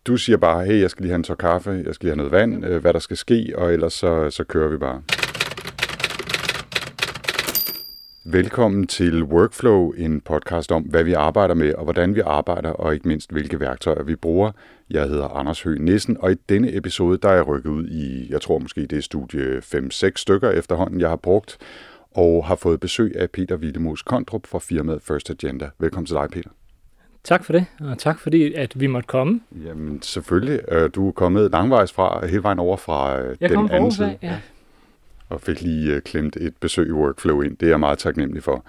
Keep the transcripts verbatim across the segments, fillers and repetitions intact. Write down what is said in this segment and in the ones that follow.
du siger bare, hey, jeg skal lige have en tår kaffe, jeg skal lige have noget vand, øh, hvad der skal ske, og ellers så, så kører vi bare. Velkommen til Workflow, en podcast om, hvad vi arbejder med, og hvordan vi arbejder, og ikke mindst, hvilke værktøjer vi bruger. Jeg hedder Anders Høgh Nissen, og i denne episode, der er jeg rykket ud i, jeg tror måske det er studie fem seks stykker efterhånden, jeg har brugt, og har fået besøg af Peter Willemoes Kondrup fra firmaet First Agenda. Velkommen til dig, Peter. Tak for det, og tak fordi, at vi måtte komme. Jamen selvfølgelig. Du er kommet langvejs fra, hele vejen over fra jeg den anden side. Af, ja. Og fik lige klemt et besøg i Workflow ind. Det er jeg meget taknemmelig for.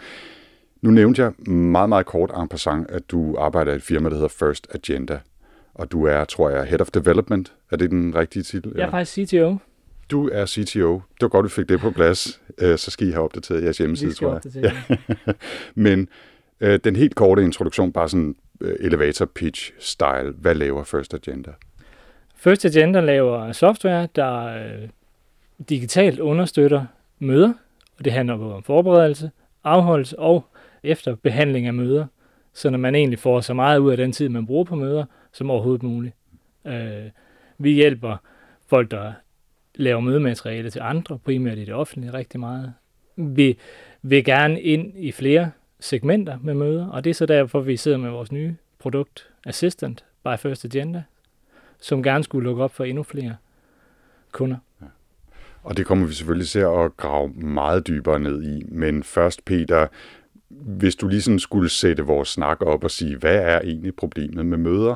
Nu nævnte jeg meget, meget kort en passant, at du arbejder i et firma, der hedder First Agenda. Og du er, tror jeg, Head of Development. Er det den rigtige titel? Jeg er faktisk C T O. Du er C T O. Det var godt, du fik det på plads. Så skal I have opdateret jeres hjemmeside, tror jeg. Opdatere. Ja. Men øh, den helt korte introduktion, bare sådan uh, elevator pitch style. Hvad laver First Agenda? First Agenda laver software, der øh, digitalt understøtter møder. Og det handler både om forberedelse, afholdelse og efter behandling af møder. Så når man egentlig får så meget ud af den tid, man bruger på møder, som overhovedet muligt. Øh, vi hjælper folk, der laver mødemateriale til andre, primært i det offentlige rigtig meget. Vi vil gerne ind i flere segmenter med møder, og det er så derfor, vi sidder med vores nye produkt, Assistant by First Agenda, som gerne skulle lukke op for endnu flere kunder. Ja. Og det kommer vi selvfølgelig til at grave meget dybere ned i, men først, Peter, hvis du lige sådan skulle sætte vores snak op og sige, hvad er egentlig problemet med møder?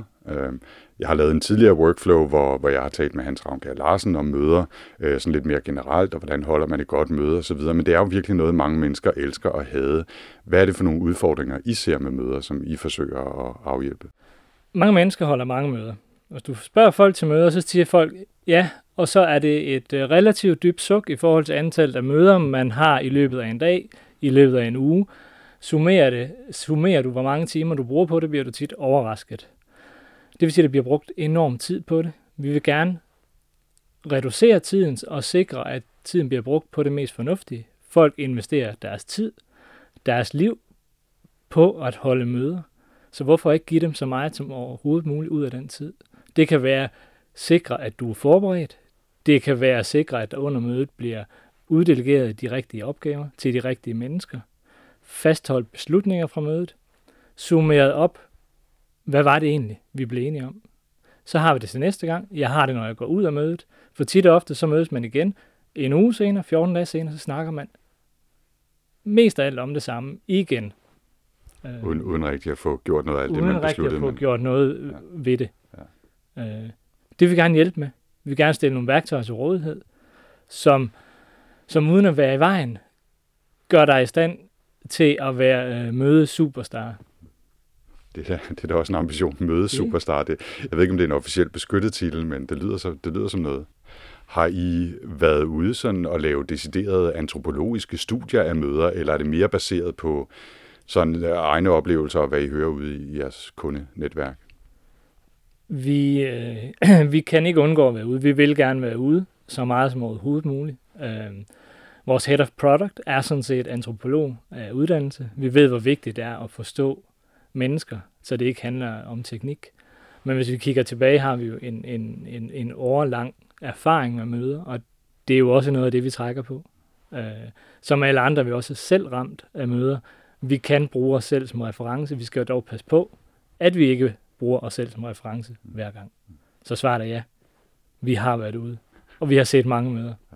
Jeg har lavet en tidligere workflow, hvor, hvor jeg har talt med Hans Ravnkjær Larsen om møder, sådan lidt mere generelt, og hvordan holder man et godt møde osv., men det er jo virkelig noget, mange mennesker elsker at hade. Hvad er det for nogle udfordringer, I ser med møder, som I forsøger at afhjælpe? Mange mennesker holder mange møder. Hvis du spørger folk til møder, så siger folk ja, og så er det et relativt dybt suk i forhold til antallet af møder, man har i løbet af en dag, i løbet af en uge. Summerer, det, summerer du, hvor mange timer du bruger på det, bliver du tit overrasket. Det vil sige, at der bliver brugt enorm tid på det. Vi vil gerne reducere tiden og sikre, at tiden bliver brugt på det mest fornuftige. Folk investerer deres tid, deres liv på at holde møder. Så hvorfor ikke give dem så meget som overhovedet muligt ud af den tid? Det kan være at sikre, at du er forberedt. Det kan være at sikre, at der under mødet bliver uddelegeret de rigtige opgaver til de rigtige mennesker. Fastholdt beslutninger fra mødet. Summeret op. Hvad var det egentlig, vi blev enige om? Så har vi det til næste gang. Jeg har det, når jeg går ud af mødet. For tit og ofte, så mødes man igen. En uge senere, fjorten dage senere, så snakker man mest af alt om det samme igen. Uden, uden rigtig at få gjort noget af alt det, man besluttede. Uden rigtig at få men... gjort noget ja. ved det. Ja. Øh, det vil vi gerne hjælpe med. Vi vil gerne stille nogle værktøjer til rådighed, som, som uden at være i vejen, gør dig i stand til at være øh, møde superstar. Det er, det er da også en ambition, møde superstar. Det, jeg ved ikke, om det er en officielt beskyttet titel, men det lyder, så, det lyder som noget. Har I været ude sådan og lave deciderede antropologiske studier af møder, eller er det mere baseret på sådan egne oplevelser og hvad I hører ude i jeres kundenetværk? Vi, øh, vi kan ikke undgå at være ude. Vi vil gerne være ude så meget som overhovedet muligt. Øh, vores Head of Product er sådan set antropolog af uddannelse. Vi ved, hvor vigtigt det er at forstå mennesker, så det ikke handler om teknik. Men hvis vi kigger tilbage, har vi jo en, en, en, en årelang erfaring med møder, og det er jo også noget af det, vi trækker på. Øh, som alle andre, vi er også selv ramt af møder. Vi kan bruge os selv som reference. Vi skal jo dog passe på, at vi ikke bruger os selv som reference hver gang. Så svarer det ja. Vi har været ude, og vi har set mange møder. Ja.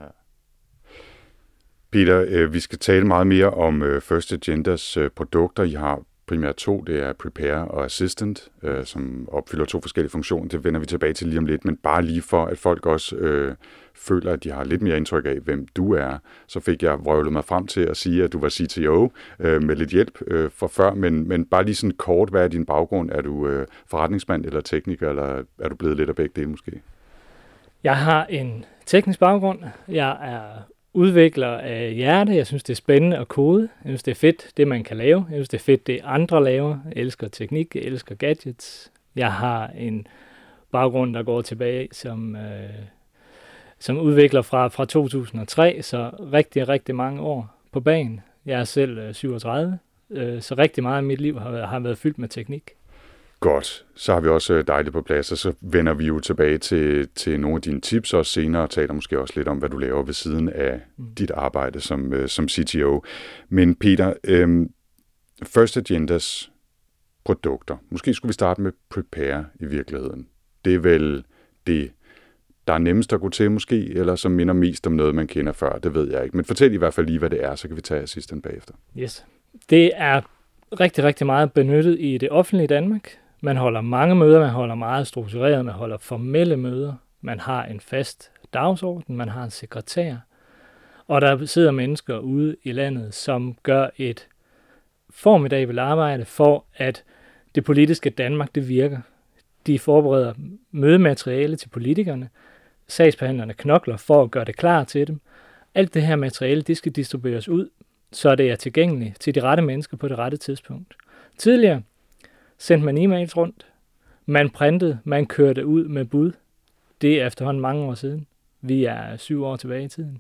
Peter, øh, vi skal tale meget mere om øh, First Agendas øh, produkter. I har primært to, det er Prepare og Assistant, øh, som opfylder to forskellige funktioner. Det vender vi tilbage til lige om lidt, men bare lige for, at folk også øh, føler, at de har lidt mere indtryk af, hvem du er, så fik jeg vrøvlet mig frem til at sige, at du var C T O øh, med lidt hjælp øh, fra før, men, men bare lige sådan kort, hvad er din baggrund? Er du øh, forretningsmand eller tekniker, eller er du blevet lidt af begge dele måske? Jeg har en teknisk baggrund. Jeg er udvikler af hjerte. Jeg synes, det er spændende at kode. Jeg synes, det er fedt, det man kan lave. Jeg synes, det er fedt, det andre laver. Jeg elsker teknik, jeg elsker gadgets. Jeg har en baggrund, der går tilbage som, øh, som udvikler fra, fra to tusind og tre, så rigtig, rigtig mange år på banen. Jeg er selv øh, syvogtredive, øh, så rigtig meget af mit liv har, har været fyldt med teknik. Godt, så har vi også dig lidt på plads, og så vender vi jo tilbage til, til nogle af dine tips, og senere taler måske også lidt om, hvad du laver ved siden af mm. dit arbejde som, øh, som C T O. Men Peter, øh, First Agendas produkter, måske skulle vi starte med Prepare i virkeligheden. Det er vel det, der er nemmest at gå til måske, eller som minder mest om noget, man kender før, det ved jeg ikke. Men fortæl i hvert fald lige, hvad det er, så kan vi tage assistent bagefter. Yes. Det er rigtig, rigtig meget benyttet i det offentlige Danmark. Man holder mange møder, man holder meget struktureret, man holder formelle møder, man har en fast dagsorden, man har en sekretær, og der sidder mennesker ude i landet, som gør et formidabelt arbejde for, at det politiske Danmark, det virker. De forbereder mødemateriale til politikerne, sagsbehandlerne knokler for at gøre det klar til dem. Alt det her materiale, det skal distribueres ud, så det er tilgængeligt til de rette mennesker på det rette tidspunkt. Tidligere sendte man e-mails rundt, man printede, man kørte ud med bud. Det er efterhånden mange år siden. Vi er syv år tilbage i tiden.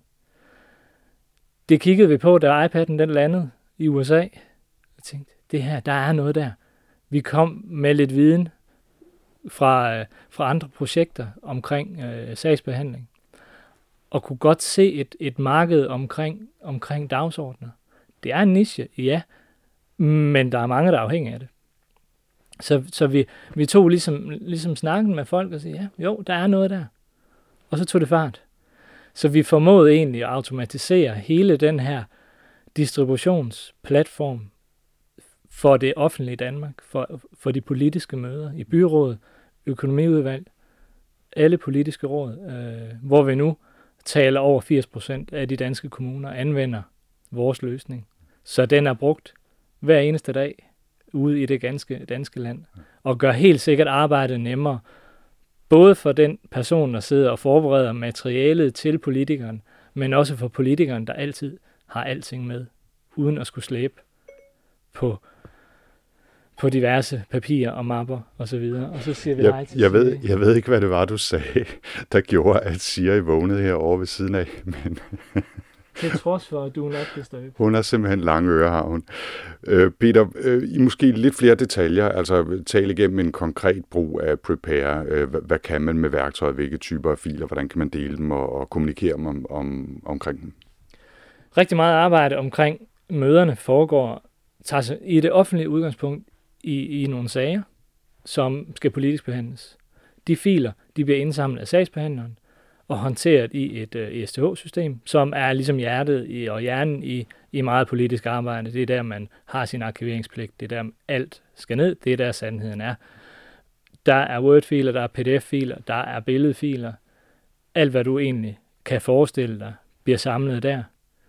Det kiggede vi på, da iPad'en den landede i U S A. Jeg tænkte, det her, der er noget der. Vi kom med lidt viden fra, fra andre projekter omkring øh, sagsbehandling, og kunne godt se et, et marked omkring, omkring dagsordner. Det er en niche, ja, men der er mange, der er afhængige af det. Så, så vi, vi tog ligesom, ligesom snakken med folk og sagde, ja, jo, der er noget der. Og så tog det fart. Så vi formåede egentlig at automatisere hele den her distributionsplatform for det offentlige Danmark, for, for de politiske møder i byråd, økonomiudvalg, alle politiske råd, øh, hvor vi nu taler over firs procent af de danske kommuner anvender vores løsning. Så den er brugt hver eneste dag ude i det ganske danske land, og gør helt sikkert arbejdet nemmere, både for den person, der sidder og forbereder materialet til politikeren, men også for politikeren, der altid har alting med, uden at skulle slæbe på, på diverse papirer og mapper og så videre. Og så siger vi jeg, hej til jeg ved, jeg ved ikke, hvad det var, du sagde, der gjorde, at Siri vågnede herovre ved siden af, men... Til trods for, at du er nok bestøbt. Hun har simpelthen lange ører, har hun. Øh, Peter, øh, i måske lidt flere detaljer, altså tale igennem en konkret brug af Prepare. Øh, hvad, hvad kan man med værktøjet, hvilke typer af filer, hvordan kan man dele dem og, og kommunikere om, om, omkring dem? Rigtig meget arbejde omkring møderne foregår tager sig i det offentlige udgangspunkt i, i nogle sager, som skal politisk behandles. De filer, de bliver indsamlet af sagsbehandleren, og håndteret i et uh, E S T H-system, som er ligesom hjertet i, og hjernen i, i meget politisk arbejde. Det er der, man har sin arkiveringspligt. Det er der, alt skal ned. Det er der, sandheden er. Der er Word-filer, der er P D F-filer, der er billedfiler. Alt, hvad du egentlig kan forestille dig, bliver samlet der.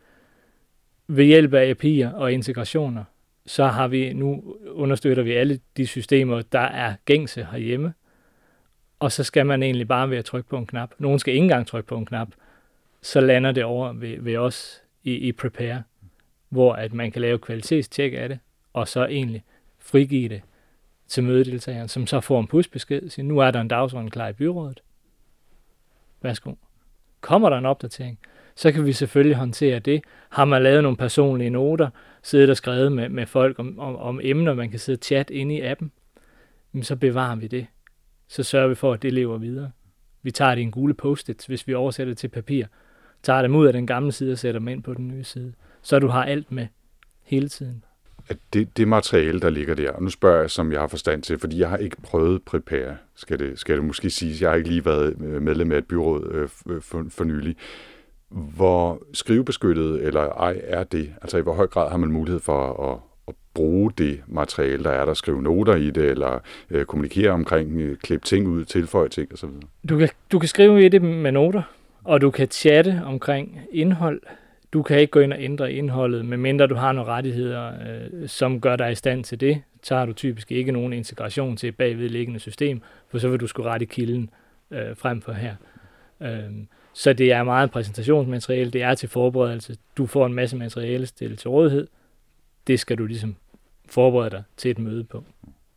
Ved hjælp af A P I'er og integrationer, så har vi nu understøtter vi alle de systemer, der er gængse herhjemme. Og så skal man egentlig bare ved at trykke på en knap. Nogen skal ikke engang trykke på en knap. Så lander det over ved, ved os i, i Prepare, hvor at man kan lave kvalitetstjek af det, og så egentlig frigive det til mødedeltageren, som så får en pushbesked og siger, nu er der en dagsorden klar i byrådet. Værsgo. Kommer der en opdatering, så kan vi selvfølgelig håndtere det. Har man lavet nogle personlige noter, siddet og skrevet med, med folk om, om, om emner, man kan sidde og chatte inde i appen, så bevarer vi det. Så sørger vi for, at det lever videre. Vi tager det i en gule post-its, hvis vi oversætter det til papir. Tager dem ud af den gamle side og sætter dem ind på den nye side. Så du har alt med hele tiden. At det, det materiale, der ligger der, og nu spørger jeg, som jeg har forstand til, fordi jeg har ikke prøvet Prepare, skal det, skal det måske siges. Jeg har ikke lige været medlem af et byråd øh, for, for nylig. Hvor skrivebeskyttet eller ej er det? Altså i hvor høj grad har man mulighed for at at bruge det materiale, der er der, skrive noter i det, eller øh, kommunikere omkring, øh, klippe ting ud, tilføje ting osv.? Du kan, du kan skrive i det med noter, og du kan chatte omkring indhold. Du kan ikke gå ind og ændre indholdet, medmindre du har nogle rettigheder, øh, som gør dig i stand til det. Så har du typisk ikke nogen integration til et bagvedliggende system, for så vil du skulle rette kilden øh, frem for her. Øh, så det er meget præsentationsmateriale, det er til forberedelse. Du får en masse materiale stillet til rådighed. Det skal du ligesom forberede dig til et møde på.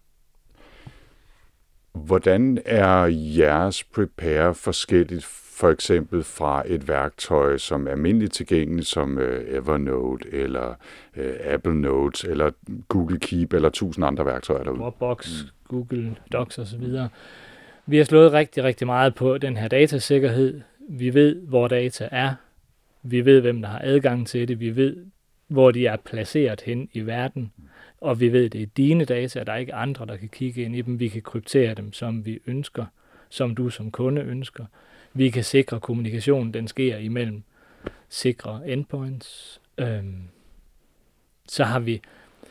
Hvordan er jeres Prepare forskelligt for eksempel fra et værktøj, som er almindeligt tilgængeligt, som øh, Evernote, eller øh, Apple Notes, eller Google Keep, eller tusind andre værktøjer derude? Dropbox, Google Docs osv. Vi har slået rigtig, rigtig meget på den her datasikkerhed. Vi ved, hvor data er. Vi ved, hvem der har adgang til det. Vi ved, hvor de er placeret hen i verden. Og vi ved, det er dine data, og der er ikke andre, der kan kigge ind i dem. Vi kan kryptere dem, som vi ønsker, som du som kunde ønsker. Vi kan sikre kommunikationen, den sker imellem sikre endpoints. Øhm, så har vi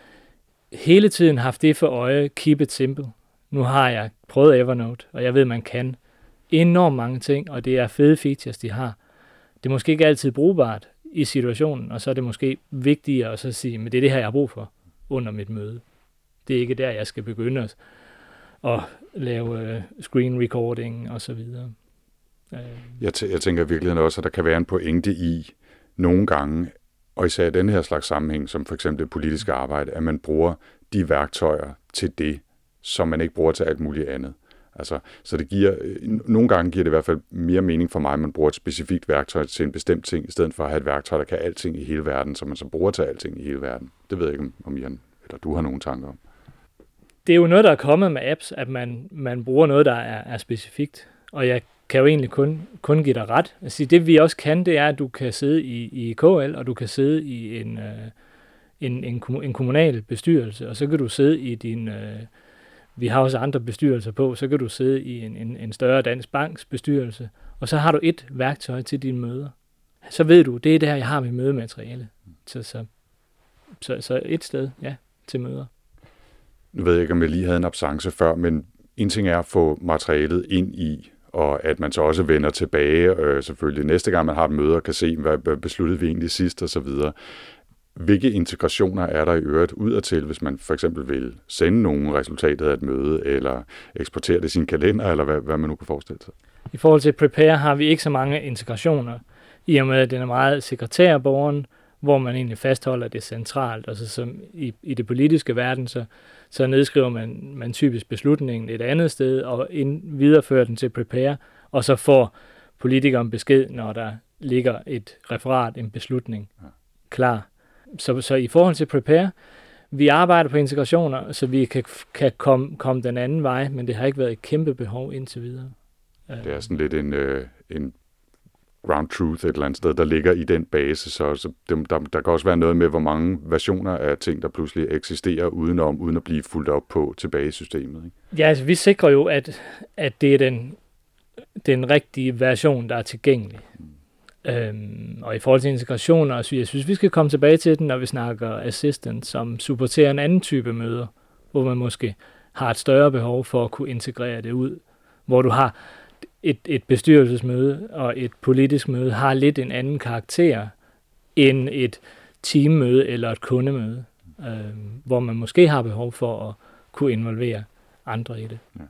hele tiden haft det for øje, keep it simple. Nu har jeg prøvet Evernote, og jeg ved, man kan enormt mange ting, og det er fede features, de har. Det er måske ikke altid brugbart i situationen, og så er det måske vigtigere at så sige, men det er det her, jeg har brug for under mit møde. Det er ikke der, jeg skal begynde at, at lave screen recording og så videre. Jeg, t- jeg tænker i virkeligheden også, at der kan være en pointe i nogle gange, og især i den her slags sammenhæng, som for eksempel det politiske arbejde, at man bruger de værktøjer til det, som man ikke bruger til alt muligt andet. Altså, så det giver, nogle gange giver det i hvert fald mere mening for mig, at man bruger et specifikt værktøj til en bestemt ting, i stedet for at have et værktøj, der kan alting i hele verden, som man så bruger til alting i hele verden. Det ved jeg ikke, om I har, eller du har nogle tanker om. Det er jo noget, der er kommet med apps, at man, man bruger noget, der er, er specifikt. Og jeg kan jo egentlig kun, kun give dig ret. Altså, det vi også kan, det er, at du kan sidde i, i K L, og du kan sidde i en, øh, en, en, en kommunal bestyrelse, og så kan du sidde i din... Øh, vi har også andre bestyrelser på, så kan du sidde i en, en, en større dansk banks bestyrelse, og så har du et værktøj til dine møder. Så ved du, det er der, jeg har mit mødemateriale. Så, så, så, så et sted, ja, til møder. Nu ved jeg ikke, om jeg lige havde en absence før, men en ting er at få materialet ind i, og at man så også vender tilbage, øh, selvfølgelig næste gang man har et møde, og kan se, hvad besluttede vi egentlig sidst, og så videre. Hvilke integrationer er der i øvrigt udadtil, hvis man for eksempel vil sende nogle resultater af et møde, eller eksportere det i sin kalender, eller hvad, hvad man nu kan forestille sig? I forhold til Prepare har vi ikke så mange integrationer, i og med at den er meget sekretærborgen, hvor man egentlig fastholder det centralt. Altså som i, i det politiske verden, så, så nedskriver man, man typisk beslutningen et andet sted, og ind, viderefører den til Prepare, og så får politikeren besked, når der ligger et referat, en beslutning klar. Så, så i forhold til Prepare, vi arbejder på integrationer, så vi kan, kan komme, komme den anden vej, men det har ikke været et kæmpe behov indtil videre. Det er sådan lidt en, øh, en ground truth et eller andet sted, der ligger i den base, så, så det, der, der kan også være noget med, hvor mange versioner af ting, der pludselig eksisterer udenom, uden at blive fuldt op på tilbage i systemet. Ikke? Ja, altså vi sikrer jo, at, at det er den, den rigtige version, der er tilgængelig. Mm. Øhm, og i forhold til integrationer, så jeg synes, vi skal komme tilbage til den, når vi snakker assistant, som supporterer en anden type møder, hvor man måske har et større behov for at kunne integrere det ud, hvor du har et, et bestyrelsesmøde og et politisk møde, har lidt en anden karakter end et teammøde eller et kundemøde, øhm, hvor man måske har behov for at kunne involvere andre i det. Ja.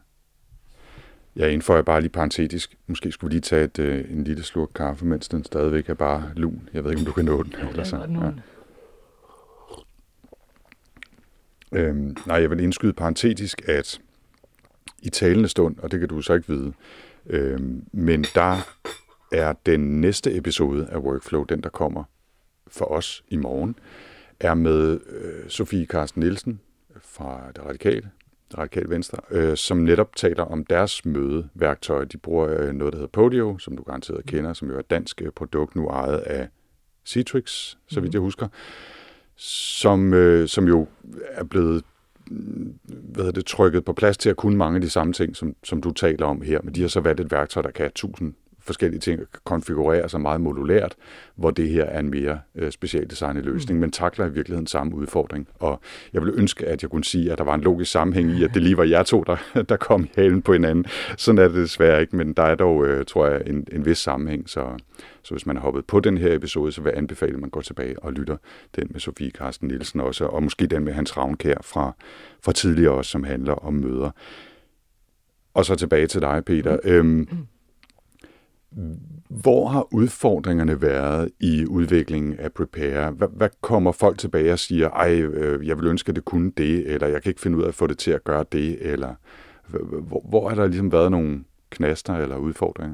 Jeg indføjer bare lige parentetisk. Måske skulle vi lige tage et, øh, en lille slurk kaffe, mens den stadigvæk er bare lun. Jeg ved ikke, om du kan nå den. Jo, eller så. Ja. Øhm, nej, jeg vil indskyde parentetisk, at i talende stund, og det kan du så ikke vide, øhm, men der er den næste episode af Workflow, den der kommer for os i morgen, er med øh, Sofie Carsten Nielsen fra Det Radikale, Det Radikale Venstre, øh, som netop taler om deres mødeværktøj. De bruger øh, noget, der hedder Podio, som du garanteret kender, som jo er et dansk produkt, nu ejet af Citrix, så vidt jeg husker, som, øh, som jo er blevet hvad hedder det, trykket på plads til at kunne mange af de samme ting, som, som du taler om her. Men de har så valgt et værktøj, der kan have tusind forskellige ting, kan konfigurere sig meget modulært, hvor det her er en mere øh, specialdesignet løsning, mm. men takler i virkeligheden samme udfordring. Og jeg ville ønske, at jeg kunne sige, at der var en logisk sammenhæng i, at det lige var jer to, der, der kom i halen på hinanden. Sådan er det desværre ikke, men der er dog, øh, tror jeg, en, en vis sammenhæng. Så, så hvis man har hoppet på den her episode, så vil jeg anbefale, at man går tilbage og lytter den med Sofie Carsten Nielsen også, og måske den med Hans Ravnkær fra, fra tidligere også, som handler om møder. Og så tilbage til dig, Peter. Mm. Øhm, Hvor har udfordringerne været i udviklingen af Prepare? Hvad, hvad kommer folk tilbage og siger, ej, øh, jeg vil ønske, at det kunne det, eller jeg kan ikke finde ud af at få det til at gøre det, eller hvor, hvor har der ligesom været nogle knaster eller udfordringer?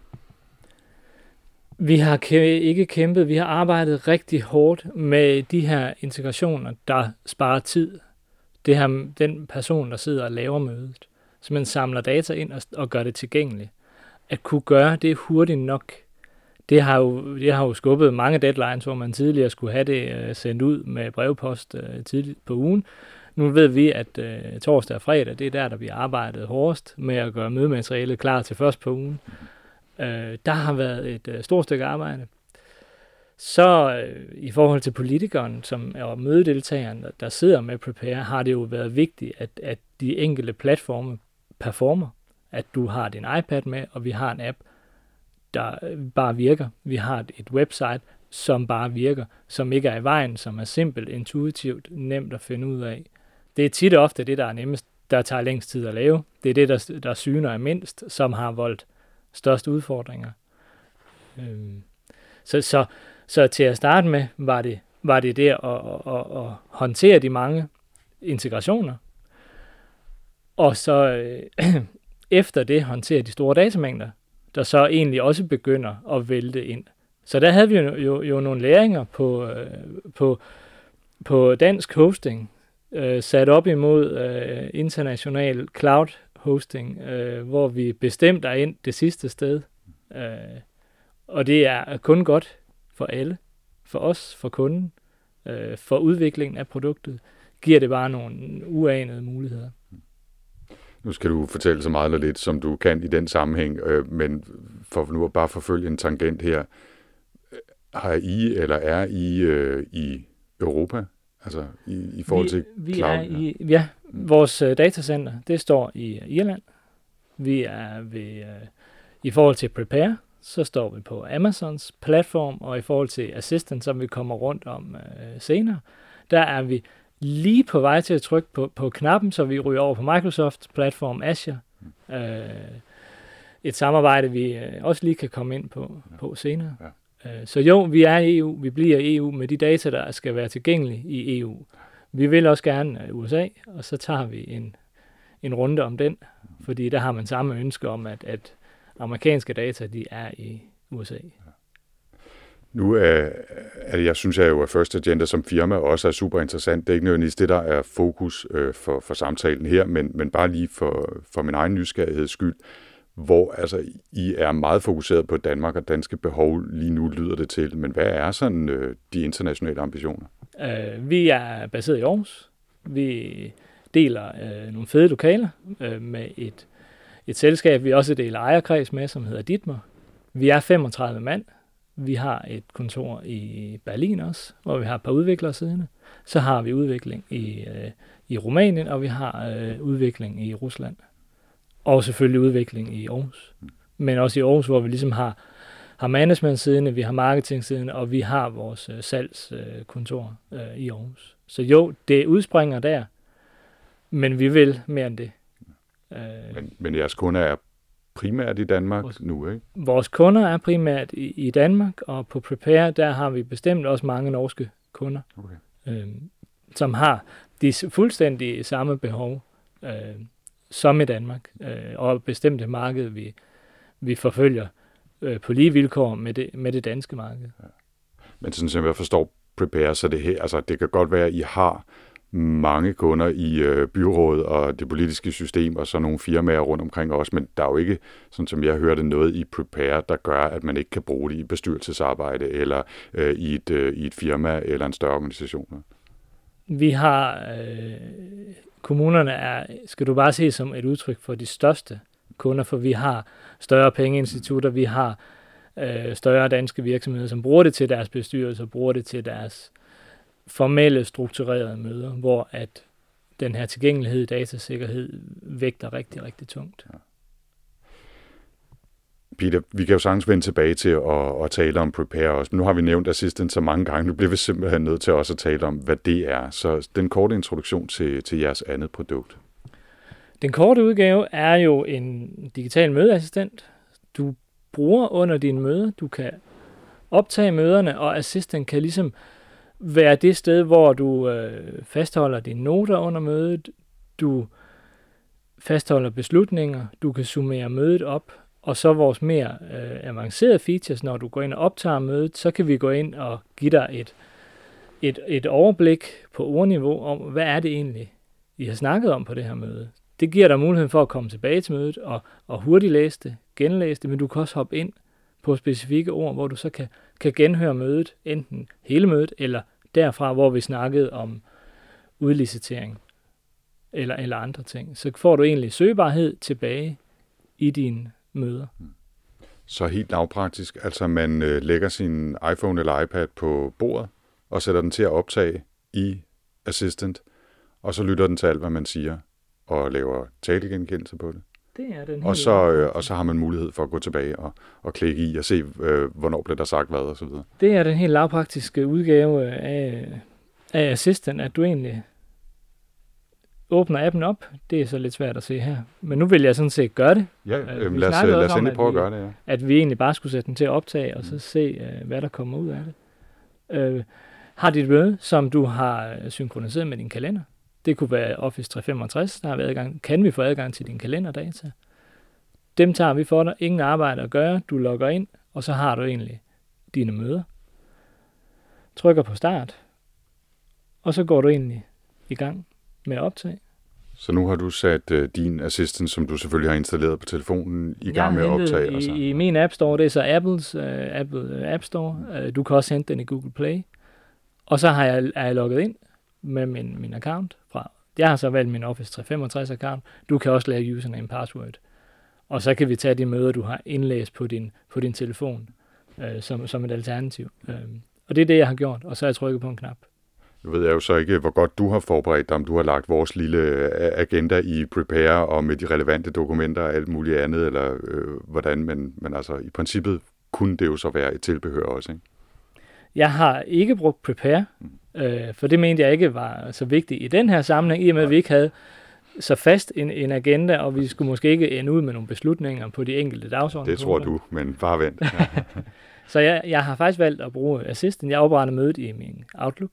Vi har kæ- ikke kæmpet, vi har arbejdet rigtig hårdt med de her integrationer, der sparer tid. det her, den person, der sidder og laver mødet, så man samler data ind og, og gør det tilgængeligt. At kunne gøre det hurtigt nok, det har jo, det har jo skubbet mange deadlines, hvor man tidligere skulle have det uh, sendt ud med brevpost uh, tidligt på ugen. Nu ved vi, at uh, torsdag og fredag, det er der, der bliver arbejdet hårdest med at gøre mødematerialet klar til først på ugen. Uh, der har været et uh, stort stykke arbejde. Så uh, i forhold til politikeren, som er mødedeltageren, der, der sidder med Prepare, har det jo været vigtigt, at, at de enkelte platforme performer. At du har din iPad med, og vi har en app, der bare virker. Vi har et, et website, som bare virker, som ikke er i vejen, som er simpelt, intuitivt, nemt at finde ud af. Det er tit og ofte det, der er nemmest, der tager længst tid at lave. Det er det, der, der syner er mindst, som har voldt største udfordringer. Øhm. Så, så, så til at starte med, var det, var det det at, at, at, at håndtere de mange integrationer, og så øh, efter det håndtere de store datamængder, der så egentlig også begynder at vælte ind. Så der havde vi jo, jo, jo nogle læringer på, øh, på, på dansk hosting, øh, sat op imod øh, international cloud hosting, øh, hvor vi bestemt er ind det sidste sted. Øh, og det er kun godt for alle, for os, for kunden, øh, for udviklingen af produktet, giver det bare nogle uanede muligheder. Nu skal du fortælle så meget eller lidt, som du kan i den sammenhæng, øh, men for nu at bare forfølge en tangent her. Har I eller er I øh, i Europa? Altså i, i forhold vi, til vi cloud? Er i, ja, vores uh, datacenter, det står i Irland. Vi er ved, uh, i forhold til Prepare, så står vi på Amazons platform, og i forhold til Assistant, som vi kommer rundt om uh, senere, der er vi lige på vej til at trykke på, på knappen, så vi ryger over på Microsoft platform Azure. Mm. Uh, et samarbejde, vi uh, også lige kan komme ind på, ja. på senere. Ja. Så jo, vi er i E U, vi bliver i E U med de data, der skal være tilgængelige i E U. Vi vil også gerne U S A, og så tager vi en, en runde om den, fordi der har man samme ønske om, at, at amerikanske data, de er i U S A. Nu er, er jeg synes jeg jo, at First Agenda som firma også er super interessant. Det er ikke nødvendigvis det, der er fokus øh, for, for samtalen her, men, men bare lige for, for min egen nysgerrigheds skyld, hvor altså, I er meget fokuseret på Danmark og danske behov lige nu, lyder det til. Men hvad er sådan øh, de internationale ambitioner? Uh, vi er baseret i Aarhus. Vi deler uh, nogle fede lokaler uh, med et, et selskab, vi også deler ejerkreds med, som hedder Ditmer. Vi er femogtredive mand. Vi har et kontor i Berlin også, hvor vi har et par udviklere siddende. Så har vi udvikling i, uh, i Rumænien, og vi har uh, udvikling i Rusland. Og selvfølgelig udvikling i Aarhus. Men også i Aarhus, hvor vi ligesom har, har management-sidene, vi har marketing-sidene, og vi har vores øh, salgskontor øh, øh, i Aarhus. Så jo, det udspringer der, men vi vil mere end det. Øh, men, men jeres kunder er primært i Danmark vores, nu, ikke? Vores kunder er primært i, i Danmark, og på Prepare, der har vi bestemt også mange norske kunder, okay. øh, som har de fuldstændig samme behov, øh, som i Danmark, øh, og bestemte marked, vi, vi forfølger øh, på lige vilkår med det, med det danske marked. Ja. Men sådan som jeg forstår Prepare, så det her, altså det kan godt være, at I har mange kunder i øh, byrådet og det politiske system, og så nogle firmaer rundt omkring også, men der er jo ikke, sådan som jeg hørte, noget i Prepare, der gør, at man ikke kan bruge det i bestyrelsesarbejde, eller øh, i, et, øh, i et firma, eller en større organisation. Vi har... Øh, Kommunerne er, skal du bare se som et udtryk for de største kunder, for vi har større pengeinstitutter, vi har øh, større danske virksomheder, som bruger det til deres bestyrelser, bruger det til deres formelle, strukturerede møder, hvor at den her tilgængelighed, datasikkerhed, vægter rigtig, rigtig tungt. Ja. Peter, vi kan jo sagtens vende tilbage til at, at tale om Prepare også. Nu har vi nævnt Assistant så mange gange. Nu bliver vi simpelthen nødt til også at tale om, hvad det er. Så den korte introduktion til, til jeres andet produkt. Den korte udgave er jo en digital mødeassistent. Du bruger under dine møder. Du kan optage møderne, og Assistant kan ligesom være det sted, hvor du øh, fastholder dine noter under mødet. Du fastholder beslutninger. Du kan summere mødet op. Og så vores mere øh, avancerede features, når du går ind og optager mødet, så kan vi gå ind og give dig et, et, et overblik på ordniveau om, hvad er det egentlig, I har snakket om på det her møde. Det giver dig muligheden for at komme tilbage til mødet og, og hurtigt læse det, genlæse det, men du kan også hoppe ind på specifikke ord, hvor du så kan, kan genhøre mødet, enten hele mødet, eller derfra, hvor vi snakkede om udlicitering eller, eller andre ting. Så får du egentlig søgbarhed tilbage i dine møder. Så helt lavpraktisk, altså man øh, lægger sin iPhone eller iPad på bordet, og sætter den til at optage i Assistant, og så lytter den til alt, hvad man siger, og laver talegenkendelse på det. Det er den og, så, øh, og så har man mulighed for at gå tilbage og, og klikke i og se, øh, hvornår bliver der sagt hvad, og så videre. Det er den helt lavpraktiske udgave af, af Assistant, at du egentlig åbner appen op. Det er så lidt svært at se her. Men nu vil jeg sådan set gøre det. Ja, øh, lad os, lad os endelig prøve at gøre det, ja. At vi egentlig bare skulle sætte den til at optage, og så se, uh, hvad der kommer ud af det. Uh, har dit møde, som du har synkroniseret med din kalender. Det kunne være Office tre femogtres, der har været adgang. Kan vi få adgang til din kalenderdata? Dem tager vi for dig. Ingen arbejde at gøre. Du logger ind, og så har du egentlig dine møder. Trykker på start, og så går du egentlig i gang med at optage. Så nu har du sat uh, din Assistant, som du selvfølgelig har installeret på telefonen, i gang med at optage? I, altså. I min App Store, det er så Apples uh, Apple App Store. Uh, du kan også hente den i Google Play. Og så har jeg, er jeg logget ind med min, min account fra. Jeg har så valgt min Office tre femogtres account. Du kan også lave username password. Og så kan vi tage de møder, du har indlæst på din, på din telefon, øh, som, som et alternativ. Øh, og det er det, jeg har gjort, og så har jeg trykket på en knap. Nu ved jeg jo så ikke, hvor godt du har forberedt dig, om du har lagt vores lille agenda i Prepare og med de relevante dokumenter og alt muligt andet, eller øh, hvordan, men, men altså i princippet kunne det jo så være et tilbehør også, ikke? Jeg har ikke brugt Prepare, øh, for det mente jeg ikke var så vigtigt i den her sammenhæng, i og med at vi ikke havde så fast en, en agenda, og vi skulle måske ikke ende ud med nogle beslutninger på de enkelte dagsordener. Det tror du, men bare vent. Ja. Så jeg, jeg har faktisk valgt at bruge Assistant. Jeg opretter mødet i min Outlook.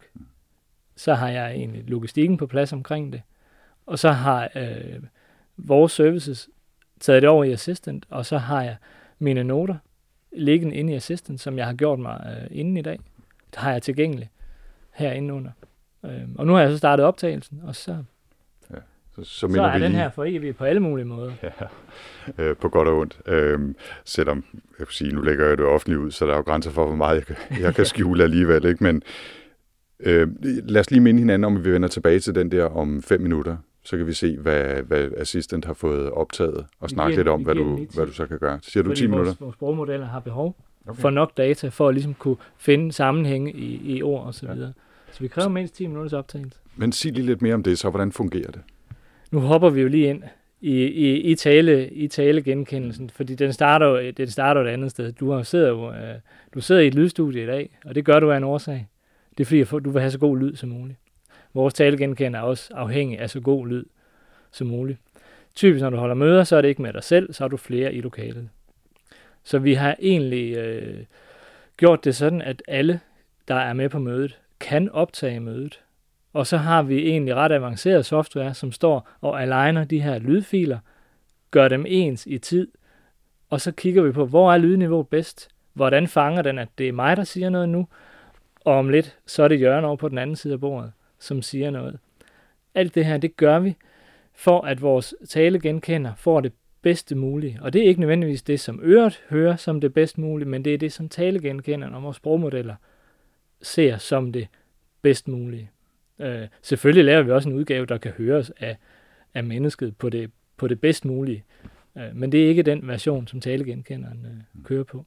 Så har jeg egentlig logistikken på plads omkring det. Og så har øh, vores services taget det over i Assistant, og så har jeg mine noter liggende inde i Assistant, som jeg har gjort mig øh, inden i dag. Det har jeg tilgængeligt herinde under. Øh, og nu har jeg så startet optagelsen, og så, ja, så, så, så er vi den lige... her for evigt på alle mulige måder. Ja, øh, på godt og ondt. Øh, selvom, jeg kan sige, nu lægger jeg det offentligt ud, så der er jo grænser for, hvor meget jeg kan, jeg kan skjule alligevel, ikke? Men øh, lad os lige minde hinanden om, at vi vender tilbage til den der om fem minutter. Så kan vi se, hvad, hvad Assistant har fået optaget, og snakke lidt om, hvad du, hvad du så kan gøre. Siger du Fordi ti minutter? Vores, vores sprogmodeller har behov okay. for nok data, for at ligesom kunne finde sammenhænge i, i ord og så videre. Ja. Så vi kræver mindst ti minutters optagelse. Men sig lige lidt mere om det, så hvordan fungerer det? Nu hopper vi jo lige ind i, i, i, tale, i talegenkendelsen, fordi den starter, jo, den starter et andet sted. Du, har, sidder jo, øh, du sidder i et lydstudie i dag, og det gør du af en årsag. Det er fordi, du vil have så god lyd som muligt. Vores talegenkender er også afhængig af så god lyd som muligt. Typisk når du holder møder, så er det ikke med dig selv, så har du flere i lokalet. Så vi har egentlig øh, gjort det sådan, at alle, der er med på mødet, kan optage mødet. Og så har vi egentlig ret avanceret software, som står og aligner de her lydfiler, gør dem ens i tid, og så kigger vi på, hvor er lydniveauet bedst, hvordan fanger den, at det er mig, der siger noget nu, og om lidt, så er det Jørgen over på den anden side af bordet, som siger noget. Alt det her, det gør vi, for at vores talegenkender får det bedste mulige. Og det er ikke nødvendigvis det, som øret hører som det bedst mulige, men det er det, som talegenkenderen og vores sprogmodeller ser som det bedst mulige. Øh, selvfølgelig laver vi også en udgave, der kan høres af, af mennesket på det, på det bedst mulige. Øh, men det er ikke den version, som talegenkenderen øh, kører på.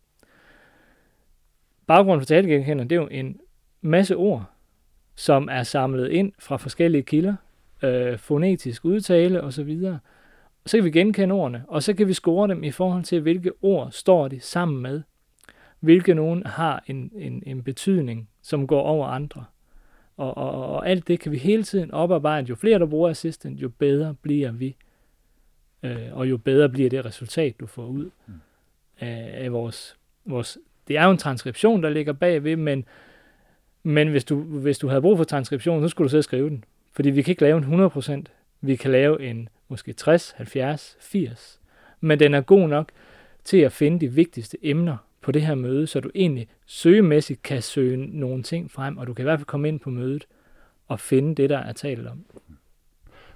Baggrunden for talegenkenderen, det er jo en masse ord, som er samlet ind fra forskellige kilder, øh, fonetisk udtale osv. Så kan vi genkende ordene, og så kan vi score dem i forhold til, hvilke ord står de sammen med. Hvilke nogen har en, en, en betydning, som går over andre. Og, og, og alt det kan vi hele tiden oparbejde. Jo flere der bruger Assistant, jo bedre bliver vi. Øh, og jo bedre bliver det resultat, du får ud af, af vores, vores... Det er jo en transkription, der ligger bagved, men, men hvis, du, hvis du havde brug for transkription, så skulle du sidde og skrive den. Fordi vi kan ikke lave en hundrede procent. Vi kan lave en måske tres, halvfjerds, firs. Men den er god nok til at finde de vigtigste emner på det her møde, så du egentlig søgemæssigt kan søge nogle ting frem, og du kan i hvert fald komme ind på mødet og finde det, der er talt om.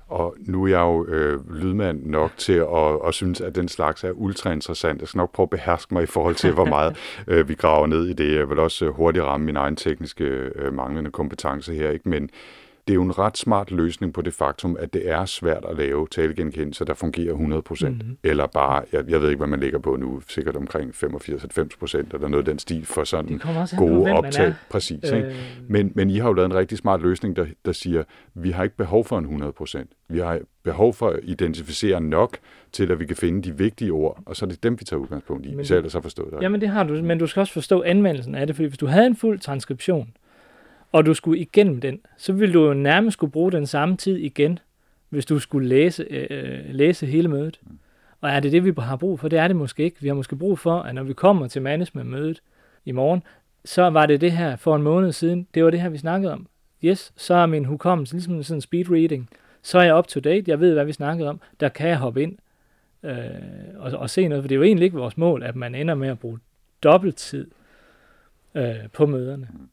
Og nu er jeg jo øh, lydmand nok til at, at synes, at den slags er ultra interessant. Jeg skal nok prøve at beherske mig i forhold til, hvor meget øh, vi graver ned i det. Jeg vil også øh, hurtigt ramme min egen tekniske øh, manglende kompetence her, ikke? Men det er jo en ret smart løsning på det faktum, at det er svært at lave talegenkendelse, der fungerer hundrede procent. Mm-hmm. Eller bare, jeg, jeg ved ikke, hvad man ligger på nu, sikkert omkring femogfirs til halvfems procent, eller noget af den stil for sådan gode optag. Præcis. Øh... Ikke? Men, men I har jo lavet en rigtig smart løsning, der, der siger, vi har ikke behov for en hundrede procent. Vi har behov for at identificere nok til, at vi kan finde de vigtige ord, og så er det dem, vi tager udgangspunkt i, hvis jeg ellers har forstået det. Jamen det har du, men du skal også forstå anvendelsen af det, fordi hvis du havde en fuld transkription, og du skulle igennem den, så ville du jo nærmest skulle bruge den samme tid igen, hvis du skulle læse, øh, læse hele mødet. Mm. Og er det det, vi har brug for? Det er det måske ikke. Vi har måske brug for, at når vi kommer til management-mødet i morgen, så var det det her for en måned siden. Det var det her, vi snakkede om. Yes, så er min hukommelse ligesom sådan en speed reading. Så er jeg up to date. Jeg ved, hvad vi snakkede om. Der kan jeg hoppe ind øh, og, og se noget. For det er jo egentlig ikke vores mål, at man ender med at bruge dobbelttid øh, på møderne. Mm.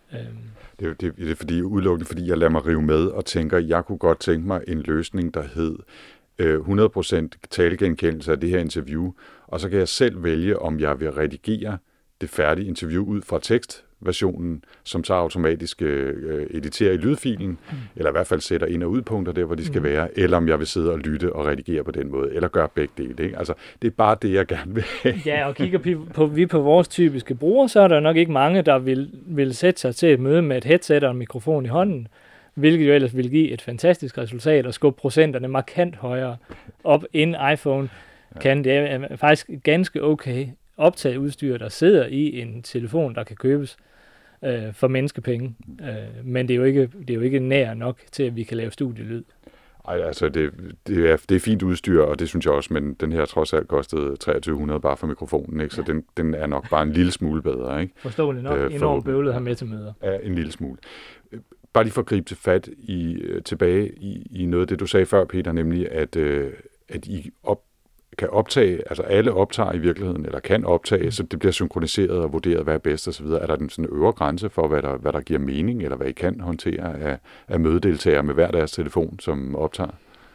Det er, det, det er fordi, udelukkende fordi, jeg lader mig rive med og tænker, jeg kunne godt tænke mig en løsning, der hed øh, hundrede procent talegenkendelse af det her interview, og så kan jeg selv vælge, om jeg vil redigere det færdige interview ud fra tekstversionen, som så automatisk øh, editerer i lydfilen, mm. eller i hvert fald sætter ind- og udpunkter der, hvor de skal mm. være, eller om jeg vil sidde og lytte og redigere på den måde, eller gøre begge dele. Ikke? Altså, det er bare det, jeg gerne vil have. Ja, og kigger vi på, vi på vores typiske brugere, så er der nok ikke mange, der vil, vil sætte sig til et møde med et headset og en mikrofon i hånden, hvilket jo ellers vil give et fantastisk resultat og skubbe procenterne markant højere op, end iPhone ja. kan. Det er faktisk ganske okay optageudstyr, der sidder i en telefon, der kan købes øh, for menneskepenge. Øh, men det er, jo ikke, det er jo ikke nær nok til, at vi kan lave studielyd. Ej, altså det, det, er, det er fint udstyr, og det synes jeg også, men den her trods alt kostede treogtyve hundrede bare for mikrofonen, ikke? Så ja. den, den er nok bare en lille smule bedre. Ikke? Forståeligt nok. Øh, enormt bøvlet her med til møder. Ja, en lille smule. Bare lige for at gribe til fat i, tilbage i, i noget af det, du sagde før, Peter, nemlig at, øh, at I op, kan optage, altså alle optager i virkeligheden, eller kan optage, så det bliver synkroniseret og vurderet, hvad er bedst osv. Er der den sådan øvre grænse for, hvad der, hvad der giver mening, eller hvad I kan håndtere af, af mødedeltagere med hver deres telefon, som optager?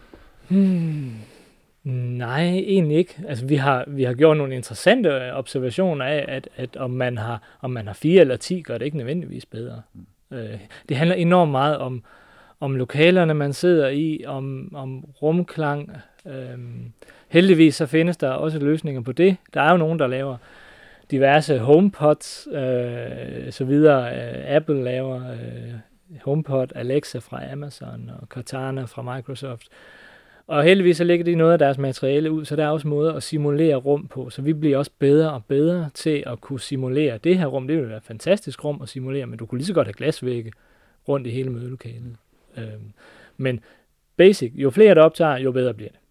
Hmm. Nej, egentlig ikke. Altså, vi har, vi har gjort nogle interessante observationer af, at, at om, man har, om man har fire eller ti, gør det ikke nødvendigvis bedre. Mm. Øh, det handler enormt meget om, om lokalerne, man sidder i, om, om rumklang. Øhm, heldigvis så findes der også løsninger på det. Der er jo nogen, der laver diverse HomePods, øh, så videre. Øh, Apple laver øh, HomePod, Alexa fra Amazon og Cortana fra Microsoft. Og heldigvis så lægger de noget af deres materiale ud, så der er også måder at simulere rum på. Så vi bliver også bedre og bedre til at kunne simulere det her rum. Det vil være et fantastisk rum at simulere, men du kunne lige så godt have glasvægge rundt i hele mødelokalet. Øhm, men basic, jo flere der optager, jo bedre bliver det.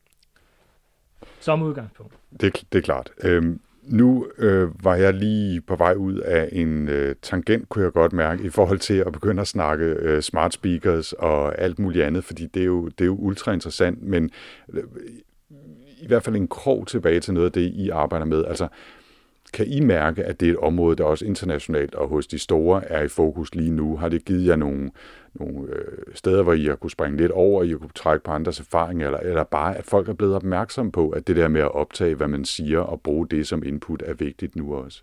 Som udgangspunkt. Det, det er klart. Øhm, nu øh, var jeg lige på vej ud af en øh, tangent, kunne jeg godt mærke, i forhold til at begynde at snakke øh, smart speakers og alt muligt andet, fordi det er jo, det er jo ultra interessant, men øh, i hvert fald en krog tilbage til noget af det, I arbejder med. Altså, kan I mærke, at det er et område, der også internationalt og hos de store er i fokus lige nu? Har det givet jer nogle, nogle øh, steder, hvor I har kunne springe lidt over, I har kunne trække på andres erfaringer, eller, eller bare, at folk er blevet opmærksomme på, at det der med at optage, hvad man siger, og bruge det som input, er vigtigt nu også?